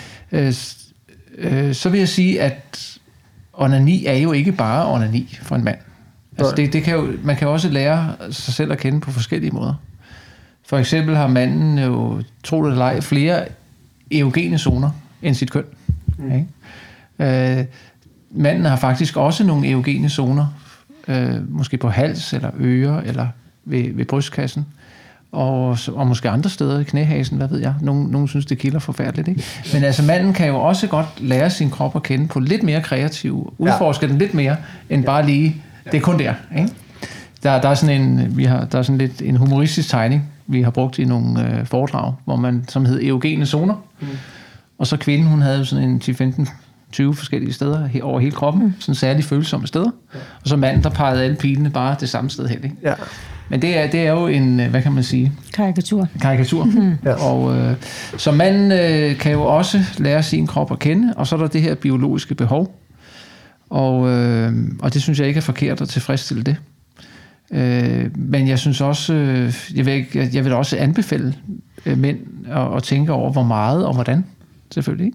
Så vil jeg sige, at onani er jo ikke bare onani for en mand. Altså man kan jo også lære sig selv at kende på forskellige måder. For eksempel har manden jo, tro det eller ej, flere erogene zoner end sit køn. Okay? Manden har faktisk også nogle erogene zoner, måske på hals eller ører eller ved brystkassen, og måske andre steder i knæhasen, hvad ved jeg. Nogle synes, det kilder forfærdeligt, ikke? Men altså, manden kan jo også godt lære sin krop at kende på lidt mere kreativ, udforske den lidt mere, end bare lige, det er kun der, ikke? Der er sådan lidt en humoristisk tegning, vi har brugt i nogle foredrag, som hed erogene zoner. Og så kvinden, hun havde sådan en 10-15-20 forskellige steder over hele kroppen, sådan særligt følsomme steder. Og så manden, der pegede alle pilene bare det samme sted hen, ikke? Ja. Men det er jo en, hvad kan man sige? Karikatur. Ja. Og så manden kan jo også lære sin krop at kende, og så er der det her biologiske behov. Og det synes jeg ikke er forkert at tilfredsstille det. Men jeg synes også, jeg vil også anbefale mænd at tænke over, hvor meget og hvordan, selvfølgelig.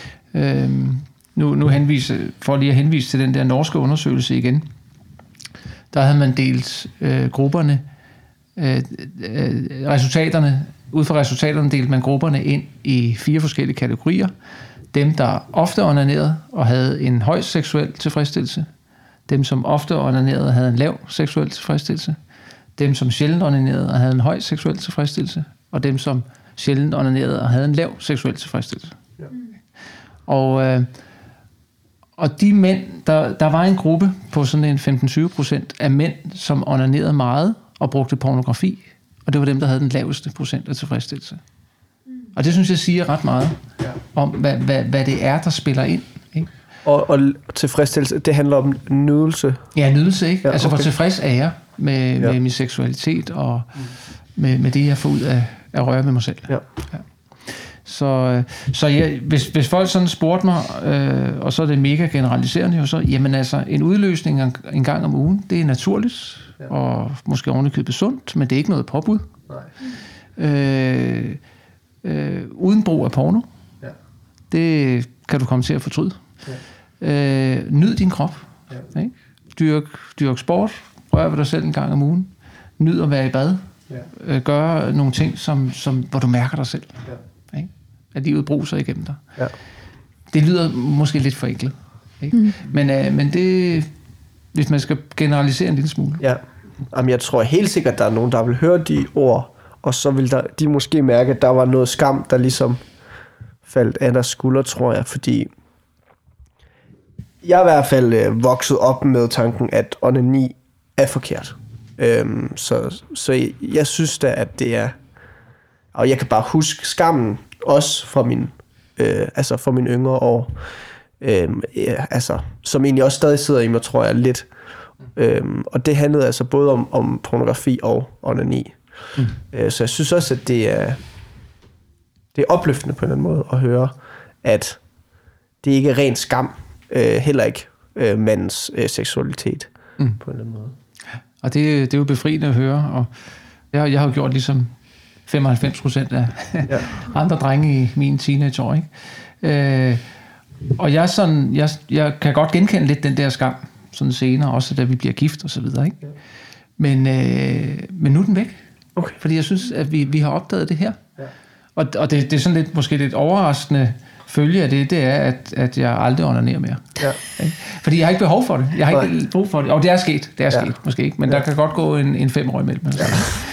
Nu for lige at henvise til den der norske undersøgelse igen, der havde man delt grupperne, ud fra resultaterne delte man grupperne ind i 4 forskellige kategorier. Dem, der ofte onanerede og havde en høj seksuel tilfredsstillelse. Dem, som ofte onanerede og havde en lav seksuel tilfredsstillelse. Dem, som sjældent onanerede og havde en høj seksuel tilfredsstillelse. Og dem, som sjældent onanerede og havde en lav seksuel tilfredsstillelse. Ja. Og de mænd, der var en gruppe på sådan en 15-20% af mænd, som onanerede meget og brugte pornografi. Og det var dem, der havde den laveste procent af tilfredsstillelse. Og det synes jeg siger ret meget om, hvad det er, der spiller ind. Ikke? Og tilfredsstillelse, det handler om nydelse? Ja, nydelse, ikke? Ja, altså, hvor tilfreds er jeg med min seksualitet og med det, jeg får ud af at røre med mig selv. Ja. Ja. Så hvis folk sådan spurgte mig, og så er det mega generaliserende, så jamen altså, en udløsning en gang om ugen, det er naturligt, og måske ovenikøbet sundt, men det er ikke noget påbud. Nej. Uden brug af porno, det kan du komme til at fortryde. Ja. Nyd din krop. Ja. Dyrk sport, rør ved dig selv en gang om ugen, nyd at være i bad, gør nogle ting, hvor du mærker dig selv. Ja. At livet bruser igennem dig. Ja. Det lyder måske lidt forenklet. Ikke? Men det, hvis man skal generalisere en lille smule. Ja. Jamen, jeg tror helt sikkert, at der er nogen, der vil høre de ord, og så vil de måske mærke, at der var noget skam, der ligesom faldt af deres skulder, tror jeg, fordi jeg er i hvert fald vokset op med tanken, at onani er forkert. Så jeg synes da, at det er, og jeg kan bare huske skammen, også fra mine yngre år, som egentlig også stadig sidder i mig, tror jeg, lidt. Og det handlede altså både om pornografi og onani. Så jeg synes også, at det det er opløftende på en eller anden måde at høre, at det ikke er ren skam, heller ikke mandens seksualitet på en eller anden måde. Og det er jo befriende at høre, og jeg har jo gjort ligesom 95% af andre drenge i mine teenageår, ikke? Og jeg kan godt genkende lidt den der skam, sådan senere, også da vi bliver gift og så videre, ikke? Men nu er den væk. Okay. Fordi jeg synes, at vi har opdaget det her. Ja. Og det er sådan lidt, måske lidt overraskende følge af det er, at jeg aldrig onanerer mere. Ja. Fordi jeg har ikke behov for det. Jeg har ikke brug for det. Og det er sket. Det er sket, måske ikke. Men der kan godt gå en 5 år imellem. Ja.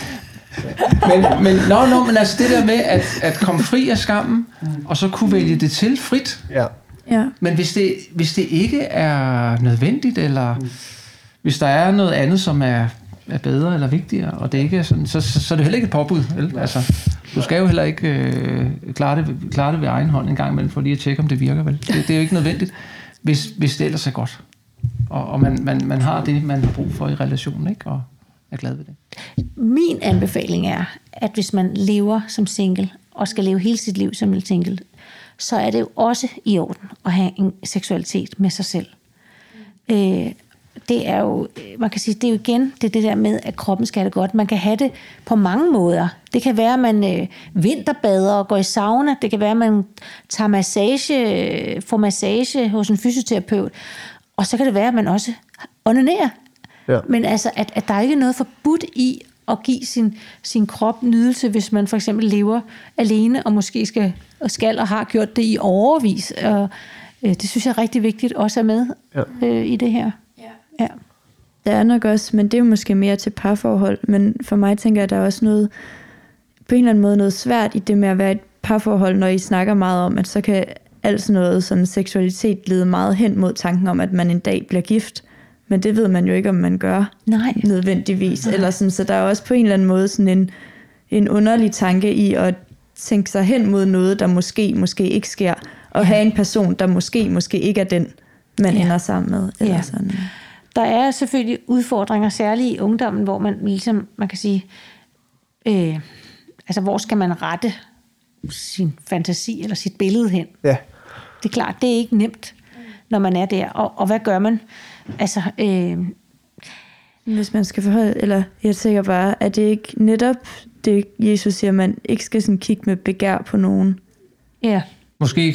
Men altså det der med at komme fri af skammen, og så kunne vælge det til frit. Ja. Ja. Men hvis det ikke er nødvendigt, eller hvis der er noget andet, som er bedre eller vigtigere, og det ikke er sådan, så er det heller ikke et påbud. Altså, du skal jo heller ikke klare det ved egen hånd en gang imellem, for lige at tjekke, om det virker, vel? Det er jo ikke nødvendigt, hvis det ellers er godt. Og man har det, man har brug for i relationen, ikke? Og er glad ved det. Min anbefaling er, at hvis man lever som single, og skal leve hele sit liv som single, så er det jo også i orden at have en seksualitet med sig selv. Det er jo, man kan sige, det er jo igen det der med, at kroppen skal have det godt. Man kan have det på mange måder. Det kan være, at man vinterbader og går i sauna. Det kan være, at man tager får massage hos en fysioterapeut. Og så kan det være, at man også onanerer. Ja. Men altså, at der er ikke noget forbudt i at give sin krop nydelse, hvis man for eksempel lever alene, og måske skal og har gjort det i årevis. Og det synes jeg er rigtig vigtigt også er med i det her. Ja. Der er nok også, men det er jo måske mere til parforhold, men for mig tænker jeg, at der er også noget, på en eller anden måde noget svært i det med at være et parforhold, når I snakker meget om, at så kan alt sådan noget sådan seksualitet lede meget hen mod tanken om, at man en dag bliver gift. Men det ved man jo ikke, om man gør nødvendigvis. Eller sådan, så der er også på en eller anden måde sådan en underlig tanke i at tænke sig hen mod noget, der måske ikke sker. Og have en person, der måske ikke er den, man ender sammen med. Eller sådan. Der er selvfølgelig udfordringer, særligt i ungdommen, hvor man ligesom, man kan sige, altså hvor skal man rette sin fantasi eller sit billede hen? Ja. Det er klart, det er ikke nemt, når man er der. Og hvad gør man? Altså, hvis man skal forholde, eller jeg tænker bare, at det ikke netop det, Jesus siger, man ikke skal sådan kigge med begær på nogen. Ja. Måske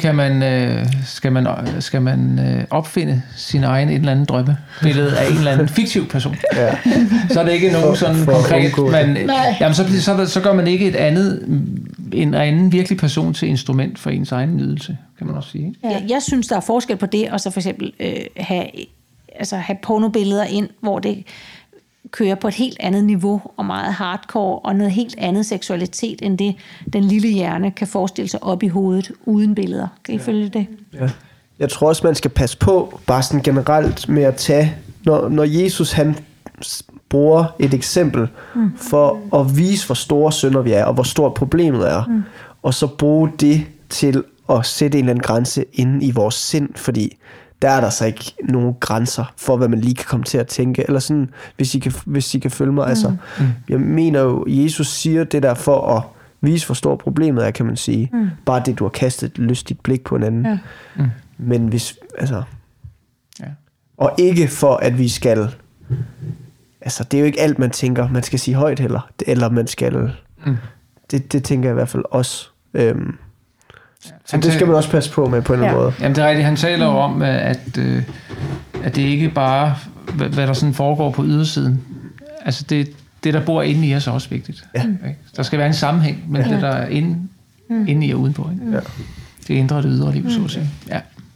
skal man opfinde sin egen et eller andet drømmebillede af en eller anden fiktiv person. Ja. Så er det ikke nogen sådan konkret, så gør man ikke en anden virkelig person til instrument for ens egen nydelse, kan man også sige. Ja. Jeg synes, der er forskel på det, og så for eksempel have pornobilleder ind, hvor det kører på et helt andet niveau og meget hardcore og noget helt andet seksualitet end det, den lille hjerne kan forestille sig op i hovedet uden billeder. Kan I følge det? Ja. Jeg tror også, man skal passe på, bare sådan generelt med at tage, når Jesus han bruger et eksempel for at vise, hvor store synder vi er, og hvor stort problemet er, og så bruge det til at sætte en eller anden grænse inde i vores sind, fordi der er der så ikke nogen grænser for, hvad man lige kan komme til at tænke, eller sådan, hvis I kan følge mig. Altså, jeg mener jo, Jesus siger det der for at vise, hvor stort problemet er, kan man sige. Bare det, du har kastet et lystigt blik på en anden. Ja. Men hvis, altså... Ja. Og ikke for, at vi skal... Altså, det er jo ikke alt, man tænker, man skal sige højt heller. Eller man skal... Det tænker jeg i hvert fald også... Så det skal man også passe på med på en eller anden måde. Jamen det er rigtigt. Han taler jo om, at det ikke bare, hvad der sådan foregår på ydersiden. Altså det der bor inde i os er også vigtigt. Ja. Der skal være en sammenhæng mellem det, der er inde i og udenpå. Ikke? Ja. Det indre og det ydre liv, så at sige. Ja.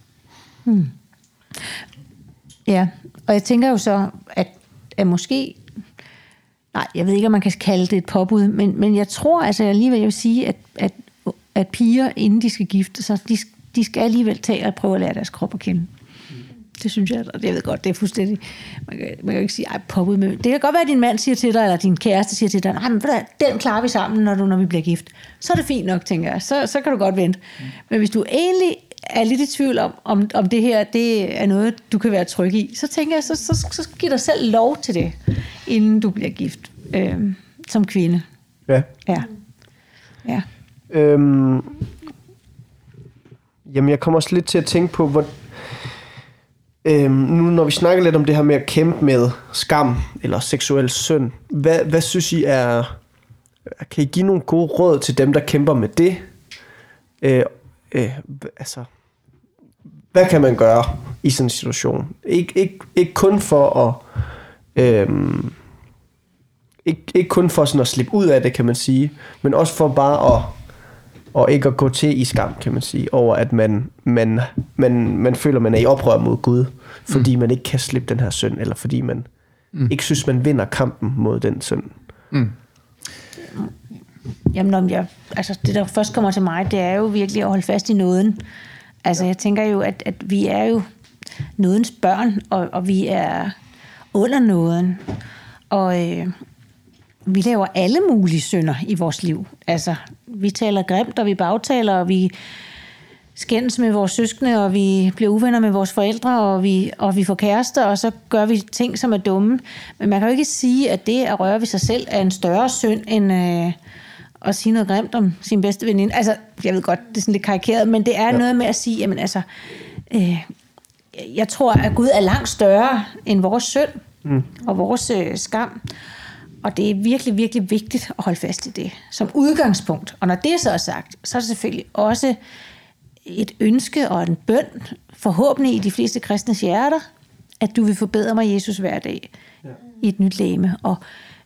Ja, og jeg tænker jo så, at måske... Nej, jeg ved ikke, om man kan kalde det et påbud, men jeg tror altså alligevel, jeg vil sige, at piger, inden de skal gifte sig, de skal alligevel tage og prøve at lære deres krop at kende. Det synes jeg, og jeg ved godt, det er fuldstændig... Man kan jo ikke sige, påbud med... Det kan godt være, at din mand siger til dig, eller din kæreste siger til dig, nej, men den klarer vi sammen, når vi bliver gift. Så er det fint nok, tænker jeg. Så kan du godt vente. Men hvis du egentlig er lidt i tvivl om det her, det er noget, du kan være tryg i, så tænker jeg, så giv dig selv lov til det, inden du bliver gift som kvinde. Ja. Ja. Jamen, jeg kommer også lidt til at tænke på, hvor... nu når vi snakker lidt om det her med at kæmpe med skam eller seksuel synd, hvad synes I er... Kan I give nogle gode råd til dem, der kæmper med det? Altså, hvad kan man gøre i sådan en situation? Ikke kun for at... Ikke kun for sådan at slippe ud af det, kan man sige, men også for bare at ikke at gå til i skam, kan man sige, over at man føler, man er i oprør mod Gud, fordi man ikke kan slippe den her synd, eller fordi man ikke synes, man vinder kampen mod den synd. Jamen, det der først kommer til mig, det er jo virkelig at holde fast i nåden. Altså, jeg tænker jo, at vi er jo nådens børn, og vi er under nåden, og vi laver alle mulige synder i vores liv. Altså, vi taler grimt, og vi bagtaler, og vi skændes med vores søskende, og vi bliver uvenner med vores forældre, og vi får kærester, og så gør vi ting, som er dumme. Men man kan jo ikke sige, at det at røre ved sig selv er en større synd, end at sige noget grimt om sin bedste veninde. Altså, jeg ved godt, det er sådan lidt karikeret, men det er noget med at sige, jamen altså, jeg tror, at Gud er langt større end vores synd og vores skam. Og det er virkelig, virkelig vigtigt at holde fast i det som udgangspunkt. Og når det så er sagt, så er det selvfølgelig også et ønske og en bøn, forhåbentlig i de fleste kristnes hjerter, at du vil forbedre mig, Jesus, hver dag i et nyt legeme. Og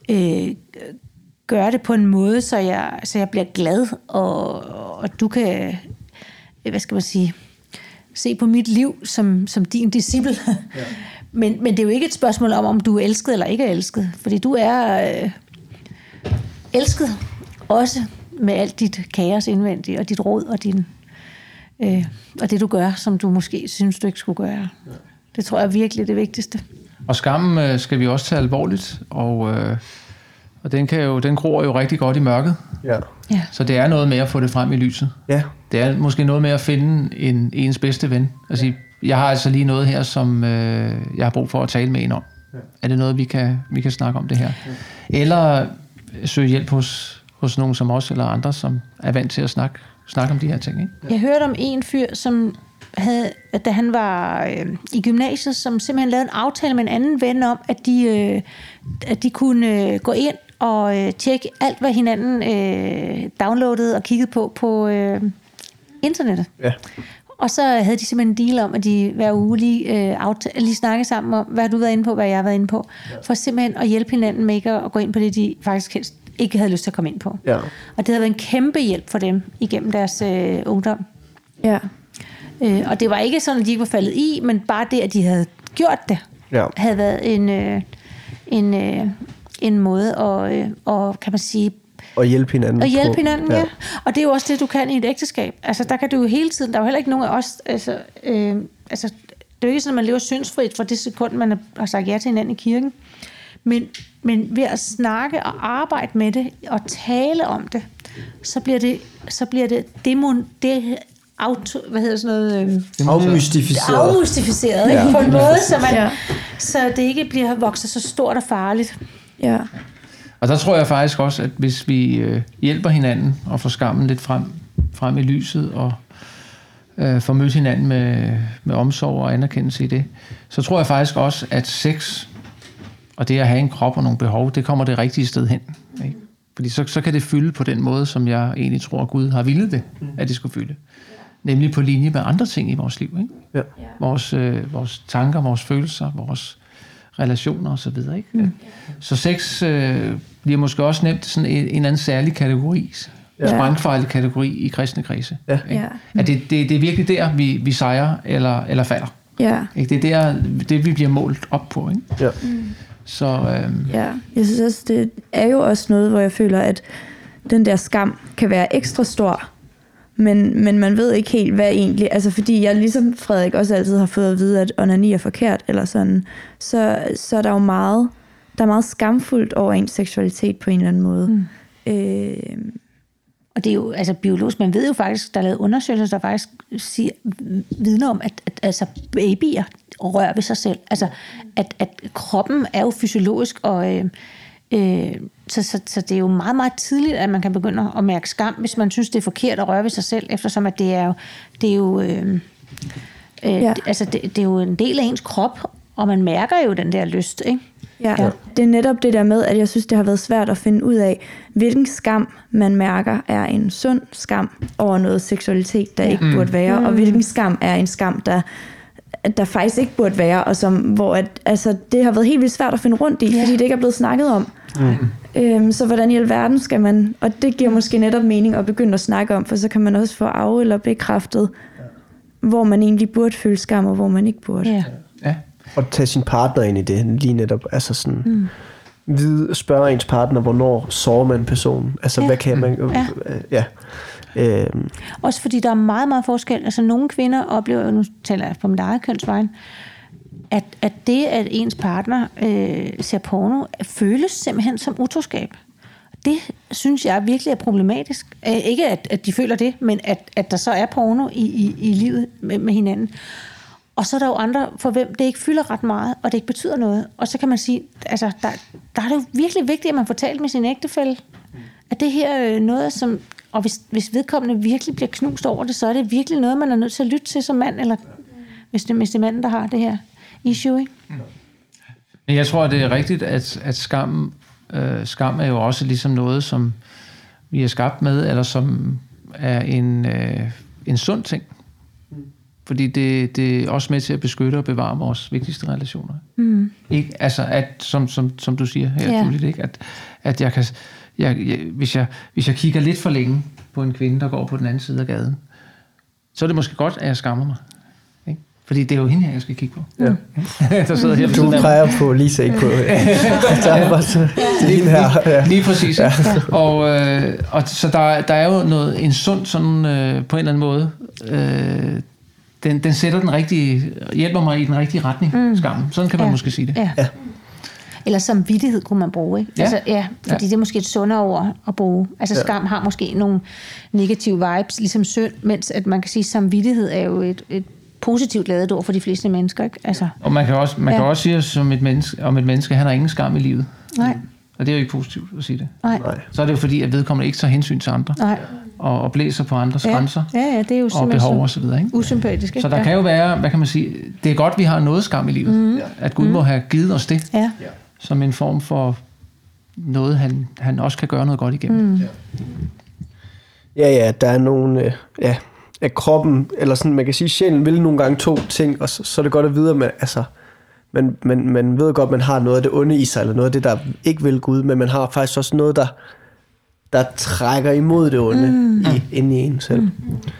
gøre det på en måde, så jeg bliver glad, og du kan, hvad skal man sige, se på mit liv som din disciple. Ja. Men det er jo ikke et spørgsmål om du er elsket eller ikke er elsket, fordi du er elsket også med alt dit kaos indvendigt, og dit råd, og det du gør, som du måske synes, du ikke skulle gøre. Ja. Det tror jeg virkelig er det vigtigste. Og skammen skal vi også tage alvorligt, og den gror jo rigtig godt i mørket. Ja. Så det er noget med at få det frem i lyset. Ja. Det er måske noget med at finde ens bedste ven. Altså, jeg har altså lige noget her, som jeg har brug for at tale med en om. Ja. Er det noget, vi kan snakke om det her? Ja. Eller søge hjælp hos nogen som os, eller andre, som er vant til at snakke om de her ting. Ikke? Jeg hørte om en fyr, som havde, da han var i gymnasiet, som simpelthen lavede en aftale med en anden ven om, at de kunne gå ind og tjekke alt, hvad hinanden downloadede og kiggede på internettet. Ja. Og så havde de simpelthen en deal om, at de hver uge lige snakkede sammen om, hvad har du været inde på, hvad jeg har været inde på, for simpelthen at hjælpe hinanden med ikke at gå ind på det, de faktisk helst ikke havde lyst til at komme ind på. Ja. Og det havde været en kæmpe hjælp for dem igennem deres ungdom. Ja. Og det var ikke sådan, at de ikke var faldet i, men bare det, at de havde gjort det, havde været en måde at kan man sige, og hjælpe hinanden. Og hjælpe hinanden, ja. Og det er jo også det, du kan i et ægteskab. Altså, der kan du jo hele tiden, der er jo heller ikke nogen af os, altså, det er jo ikke sådan, at man lever syndsfrit fra det sekund, man har sagt ja til hinanden i kirken. Men ved at snakke og arbejde med det, og tale om det, så bliver det afmystificeret, ikke? På en måde, så det ikke bliver vokset så stort og farligt. Ja. Og der tror jeg faktisk også, at hvis vi hjælper hinanden og får skammen lidt frem i lyset og får mødt hinanden med omsorg og anerkendelse i det, så tror jeg faktisk også, at sex og det at have en krop og nogle behov, det kommer det rigtige sted hen. Ikke? Fordi så kan det fylde på den måde, som jeg egentlig tror, at Gud har villet det, at det skulle fylde. Nemlig på linje med andre ting i vores liv. Ikke? Ja. Vores tanker, vores følelser, vores relationer osv. Så sex bliver måske også nemt sådan en eller anden særlig kategori, sprængfarlig kategori i kristne kredse. Ja. At det er virkelig der, vi sejrer eller falder. Ja. Ikke? Det er det, vi bliver målt op på. Ikke? Ja. Så, ja, jeg synes også, det er jo også noget, hvor jeg føler, at den der skam kan være ekstra stor, men man ved ikke helt, hvad egentlig, altså fordi jeg ligesom Frederik også altid har fået at vide, at onani er forkert, eller sådan, så er der jo meget, der er meget skamfuldt over ens seksualitet på en eller anden måde. Og det er jo, altså biologisk, man ved jo faktisk, der er lavet undersøgelser, der faktisk vidner om, at altså babyer rører ved sig selv. Altså, at kroppen er jo fysiologisk, og Så det er jo meget, meget tidligt, at man kan begynde at mærke skam, hvis man synes, det er forkert at røre ved sig selv, eftersom at det er jo det er jo en del af ens krop, og man mærker jo den der lyst, ikke? Ja, det er netop det der med, at jeg synes, det har været svært at finde ud af, hvilken skam man mærker er en sund skam over noget seksualitet, der ikke burde være, og hvilken skam er en skam, der faktisk ikke burde være, og det har været helt vildt svært at finde rundt i, fordi det ikke er blevet snakket om. Så hvordan i alverden skal man, og det giver måske netop mening at begynde at snakke om, for så kan man også få af- eller bekræftet, hvor man egentlig burde føle skam, og hvor man ikke burde. Ja. Og tage sin partner ind i det, lige netop, altså sådan, spørge ens partner, hvornår sover man personen, altså hvad kan man, Også fordi der er meget, meget forskel, altså nogle kvinder oplever, nu taler jeg på mit eget kønsvejen, at det, at ens partner ser porno, føles simpelthen som utroskab. Det synes jeg virkelig er problematisk. Ikke at de føler det, men at der så er porno i livet med hinanden. Og så er der jo andre, for hvem det ikke fylder ret meget, og det ikke betyder noget. Og så kan man sige, altså der er det jo virkelig vigtigt, at man får talt med sin ægtefælle. At det her er noget, som... Og hvis vedkommende virkelig bliver knust over det, så er det virkelig noget, man er nødt til at lytte til som mand, eller hvis det er manden, der har det her issue, ikke? Men jeg tror, det er rigtigt, at skam er jo også ligesom noget, som vi er skabt med, eller som er en sund ting. Fordi det er også med til at beskytte og bevare vores vigtigste relationer. Ikke? Altså, som du siger her, Julie, ikke? At jeg kan... Hvis jeg kigger lidt for længe på en kvinde, der går på den anden side af gaden, så er det måske godt, at jeg skammer mig. Ikke? Fordi det er jo hende her, jeg skal kigge på. Ja. Der sidder her du peger på Lisa, ikke på... Lige præcis. Ja. Og så der er jo en sund sådan, på en eller anden måde... Den sætter den rigtige... hjælper mig i den rigtige retning, skammen. Sådan kan man måske sige det. Ja. Eller samvittighed kunne man bruge, ikke? Fordi det er måske et sundere ord at bruge. Altså skam har måske nogle negative vibes, ligesom synd, mens at man kan sige, at samvittighed er jo et positivt ladet ord for de fleste mennesker, ikke? Altså, og man kan også sige, som et menneske, han har ingen skam i livet. Nej. Og det er jo ikke positivt at sige det. Nej. Så er det jo fordi, at vedkommende ikke tager hensyn til andre. Nej. Og blæser på andres grænser. Ja, det er jo og behov og så videre, ikke? Usympatisk, ikke? Så der kan jo være, hvad kan man sige, det er godt, vi har noget skam i livet. At Gud må have givet os det. Ja. Som en form for noget, han også kan gøre noget godt igennem. Ja, der er nogle... at kroppen, eller sådan, man kan sige, sjælen vil nogle gange to ting, og så er det godt at vide, at altså, man ved godt, man har noget af det onde i sig, eller noget af det, der ikke vil Gud, men man har faktisk også noget, der trækker imod det onde inde i en selv.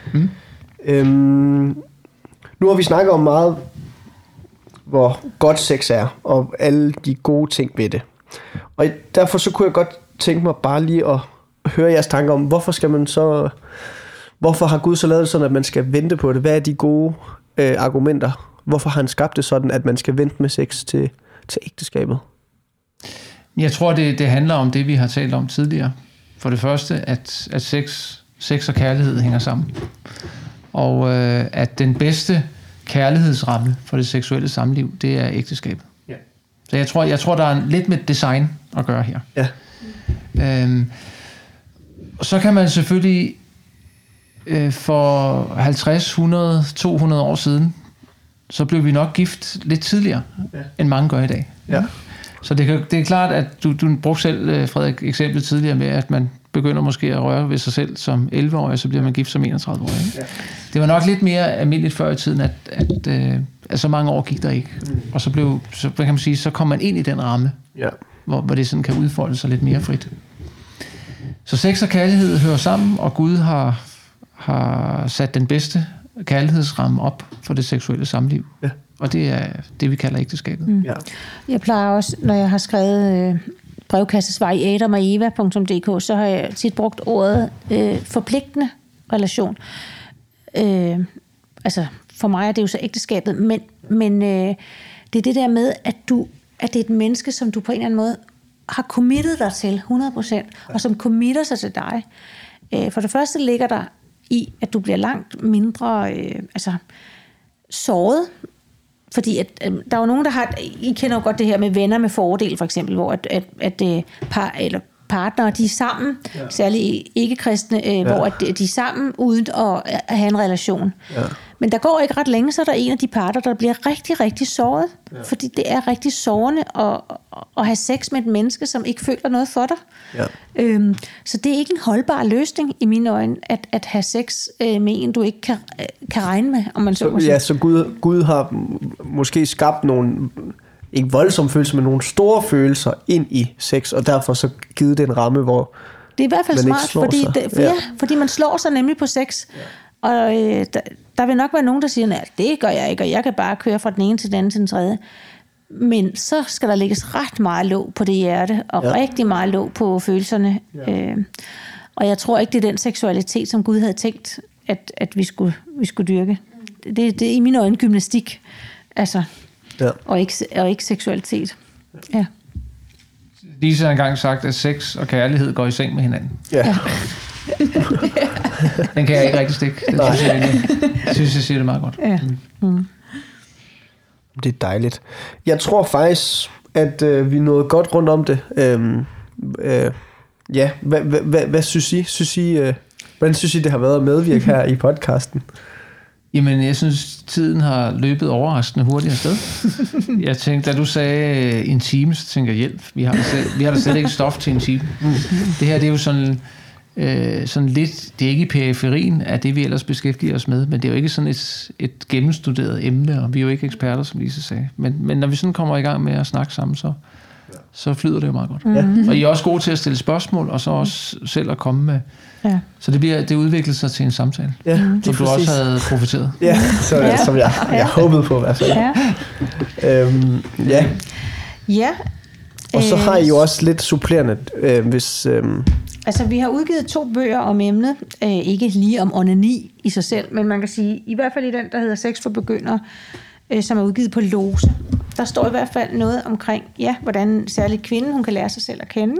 Nu har vi snakket om meget, hvor godt sex er, og alle de gode ting ved det. Og derfor så kunne jeg godt tænke mig bare lige at høre jeres tanker om, hvorfor har Gud så lavet det sådan, at man skal vente på det? Hvad er de gode argumenter? Hvorfor har han skabt det sådan, at man skal vente med sex til ægteskabet? Jeg tror, det handler om det, vi har talt om tidligere. For det første, at sex og kærlighed hænger sammen. Og at den bedste kærlighedsramme for det seksuelle samliv, det er ægteskabet. Ja. Så jeg tror, der er lidt med design at gøre her. Ja. Og så kan man selvfølgelig for 50, 100, 200 år siden, så blev vi nok gift lidt tidligere, end mange gør i dag. Ja. Så det er klart, at du brugte selv, Frederik, eksemplet tidligere med, at man begynder måske at røre ved sig selv som 11-årig, så bliver man gift som 31-årig. Ja. Det var nok lidt mere almindeligt før i tiden, at så mange år gik der ikke. Og så kan man sige, så kom man ind i den ramme, hvor det sådan kan udfolde sig lidt mere frit. Så sex og kærlighed hører sammen, og Gud har sat den bedste kærlighedsramme op for det seksuelle samliv. Ja. Og det er det, vi kalder ægteskabet. Ja. Jeg plejer også, når jeg har skrevet brevkassesvar i adamogeva.dk, så har jeg tit brugt ordet forpligtende relation. Altså, for mig er det jo så ægteskabet, men det er det der med, at det er et menneske, som du på en eller anden måde har committet dig til 100%, og som committer sig til dig. For det første ligger der i, at du bliver langt mindre såret, fordi der er jo nogen, der har... I kender jo godt det her med venner med fordel, for eksempel, hvor at par eller partnere, de er sammen, særligt ikke-kristne, hvor de er sammen uden at have en relation. Ja. Men der går ikke ret længe, så er der en af de parter, der bliver rigtig, rigtig såret. Ja. Fordi det er rigtig sårende at have sex med et menneske, som ikke føler noget for dig. Ja. Så det er ikke en holdbar løsning i mine øjne, at have sex med en, du ikke kan regne med, om man så må sige. Ja, så Gud har måske skabt nogle, ikke voldsomme følelser, men nogle store følelser ind i sex, og derfor så givet det en ramme, hvor det er i hvert fald smart, fordi man slår sig nemlig på sex. Ja. Og der vil nok være nogen, der siger, at det gør jeg ikke, og jeg kan bare køre fra den ene til den anden til den tredje. Men så skal der lægges ret meget låg på det hjerte, og rigtig meget låg på følelserne. Ja. Og jeg tror ikke, det er den seksualitet, som Gud havde tænkt, at vi skulle dyrke. Det er i mine øjne gymnastik, altså, og ikke seksualitet. Ja. Lise har engang sagt, at sex og kærlighed går i seng med hinanden. Ja. Den kan jeg ikke rigtig stikke. Jeg synes, jeg siger det meget godt. Ja. Mm. Det er dejligt. Jeg tror faktisk, at vi nåede godt rundt om det. Ja, hvad synes I? Hvordan synes I, det har været at medvirke her i podcasten? Jamen, jeg synes, tiden har løbet overraskende hurtigt afsted. Jeg tænkte, da du sagde en time, så tænkte jeg, hjælp. Vi har da slet ikke stof til en time. Det her, det er jo sådan lidt, det er ikke i periferien af det, vi ellers beskæftiger os med, men det er jo ikke sådan et gennemstuderet emne, og vi er jo ikke eksperter, som Lise sagde. Men når vi sådan kommer i gang med at snakke sammen, så flyder det jo meget godt. Mm-hmm. Og I er også gode til at stille spørgsmål, og så også selv at komme med. Ja. Så det udvikler sig til en samtale, som du også havde profiteret. Ja, som jeg håbede på i hvert fald. Ja. Og så har I jo også lidt supplerende, hvis... Altså, vi har udgivet 2 bøger om emnet. Ikke lige om onani i sig selv, men man kan sige, i hvert fald i den, der hedder Sex for begyndere, som er udgivet på Lose. Der står i hvert fald noget omkring, hvordan særligt kvinden, hun kan lære sig selv at kende.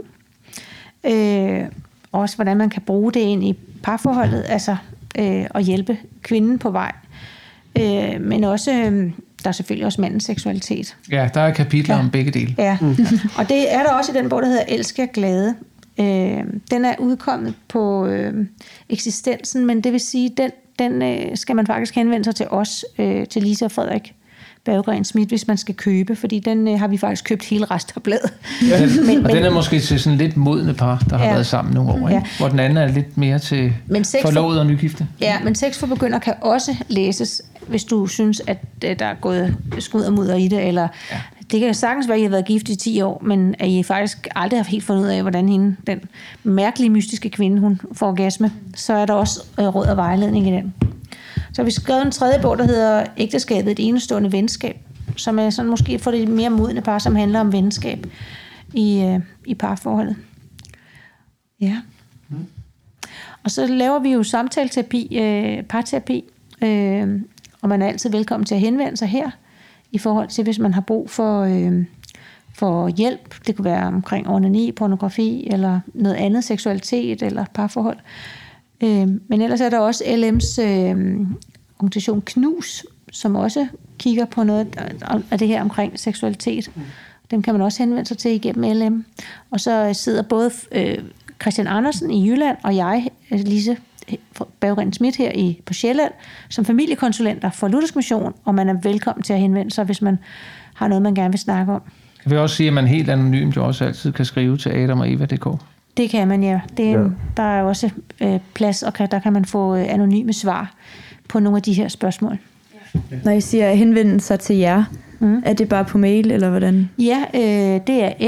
Også hvordan man kan bruge det ind i parforholdet, altså at hjælpe kvinden på vej. Men også, der er selvfølgelig også mandens seksualitet. Ja, der er kapitler om begge dele. Ja, og det er der også i den bog, der hedder Elsk jer glade. Den er udkommet på eksistensen, men det vil sige, den skal man faktisk henvende sig til os, til Lise og Frederik Berggren Schmidt, hvis man skal købe, fordi den har vi faktisk købt hele resterbladet. Ja, og den er måske til sådan lidt modne par, der har været sammen nogle år, ikke? Hvor den anden er lidt mere til forlovet og nygifte. Ja, men Sex for begyndere kan også læses, hvis du synes, at der er gået skud og mudder i det, eller det kan sagtens være, at I har været gift i 10 år, men at I faktisk aldrig har helt fundet ud af, hvordan den mærkelige, mystiske kvinde, hun får orgasme, så er der også råd og vejledning i den. Så har vi skrevet en 3. bog, der hedder Ægteskabet, et enestående venskab, som er sådan måske for det mere modne par, som handler om venskab i parforholdet. Ja. Og så laver vi jo samtaleterapi, parterapi, og man er altid velkommen til at henvende sig her, i forhold til, hvis man har brug for hjælp. Det kunne være omkring onani, pornografi, eller noget andet, seksualitet eller parforhold. Men ellers er der også LM's organisation KNUS, som også kigger på noget af det her omkring seksualitet. Dem kan man også henvende sig til igennem LM. Og så sidder både Christian Andersen i Jylland og jeg, Lise Berggren Schmidt her på Sjælland, som familiekonsulenter for Luthersk Mission, og man er velkommen til at henvende sig, hvis man har noget, man gerne vil snakke om. Kan vi også sige, at man helt anonymt jo også altid kan skrive til adam@eva.dk? Det kan man, ja. Der er også plads, og der kan man få anonyme svar på nogle af de her spørgsmål. Når I siger henvende sig til jer, er det bare på mail, eller hvordan? Ja, det er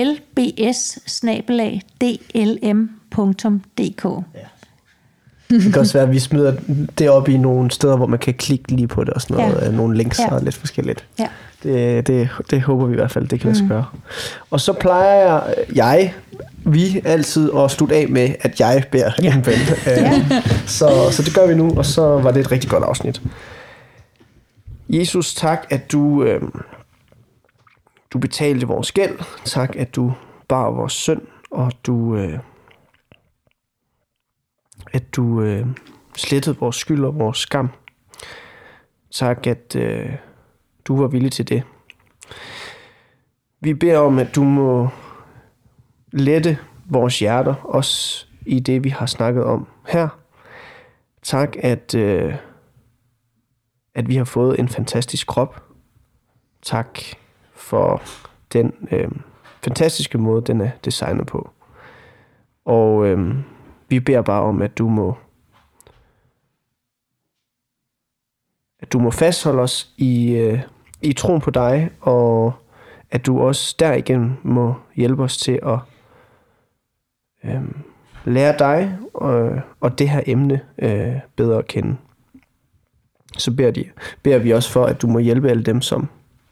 lbs@dlm.dk. Det kan også være, at vi smider det op i nogle steder, hvor man kan klikke lige på det og sådan noget. Nogle links og lidt forskelligt. Ja. Det håber vi i hvert fald, det kan lade sig gøre. Og så plejer vi altid at slutte af med, at jeg beder en ven. Så det gør vi nu, og så var det et rigtig godt afsnit. Jesus, tak, at du betalte vores gæld. Tak, at du bar vores synd, og at du slettede vores skyld og vores skam. Tak, at du var villig til det. Vi beder om, at du må lette vores hjerter, også i det, vi har snakket om her. Tak, at vi har fået en fantastisk krop. Tak for den fantastiske måde, den er designet på. Og vi beder bare om, at du må fastholde os i troen på dig, og at du også derigennem må hjælpe os til at lære dig og det her emne bedre at kende. Så beder vi også for, at du må hjælpe alle dem, som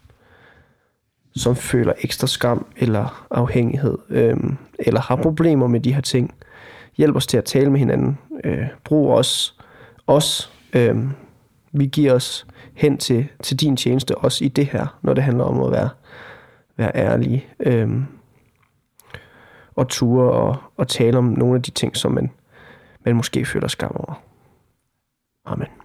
føler ekstra skam eller afhængighed, eller har problemer med de her ting. Hjælp os til at tale med hinanden. Brug os. Vi giver os hen til din tjeneste, også i det her, når det handler om at være ærlige. Og ture og tale om nogle af de ting, som man måske føler skam over. Amen.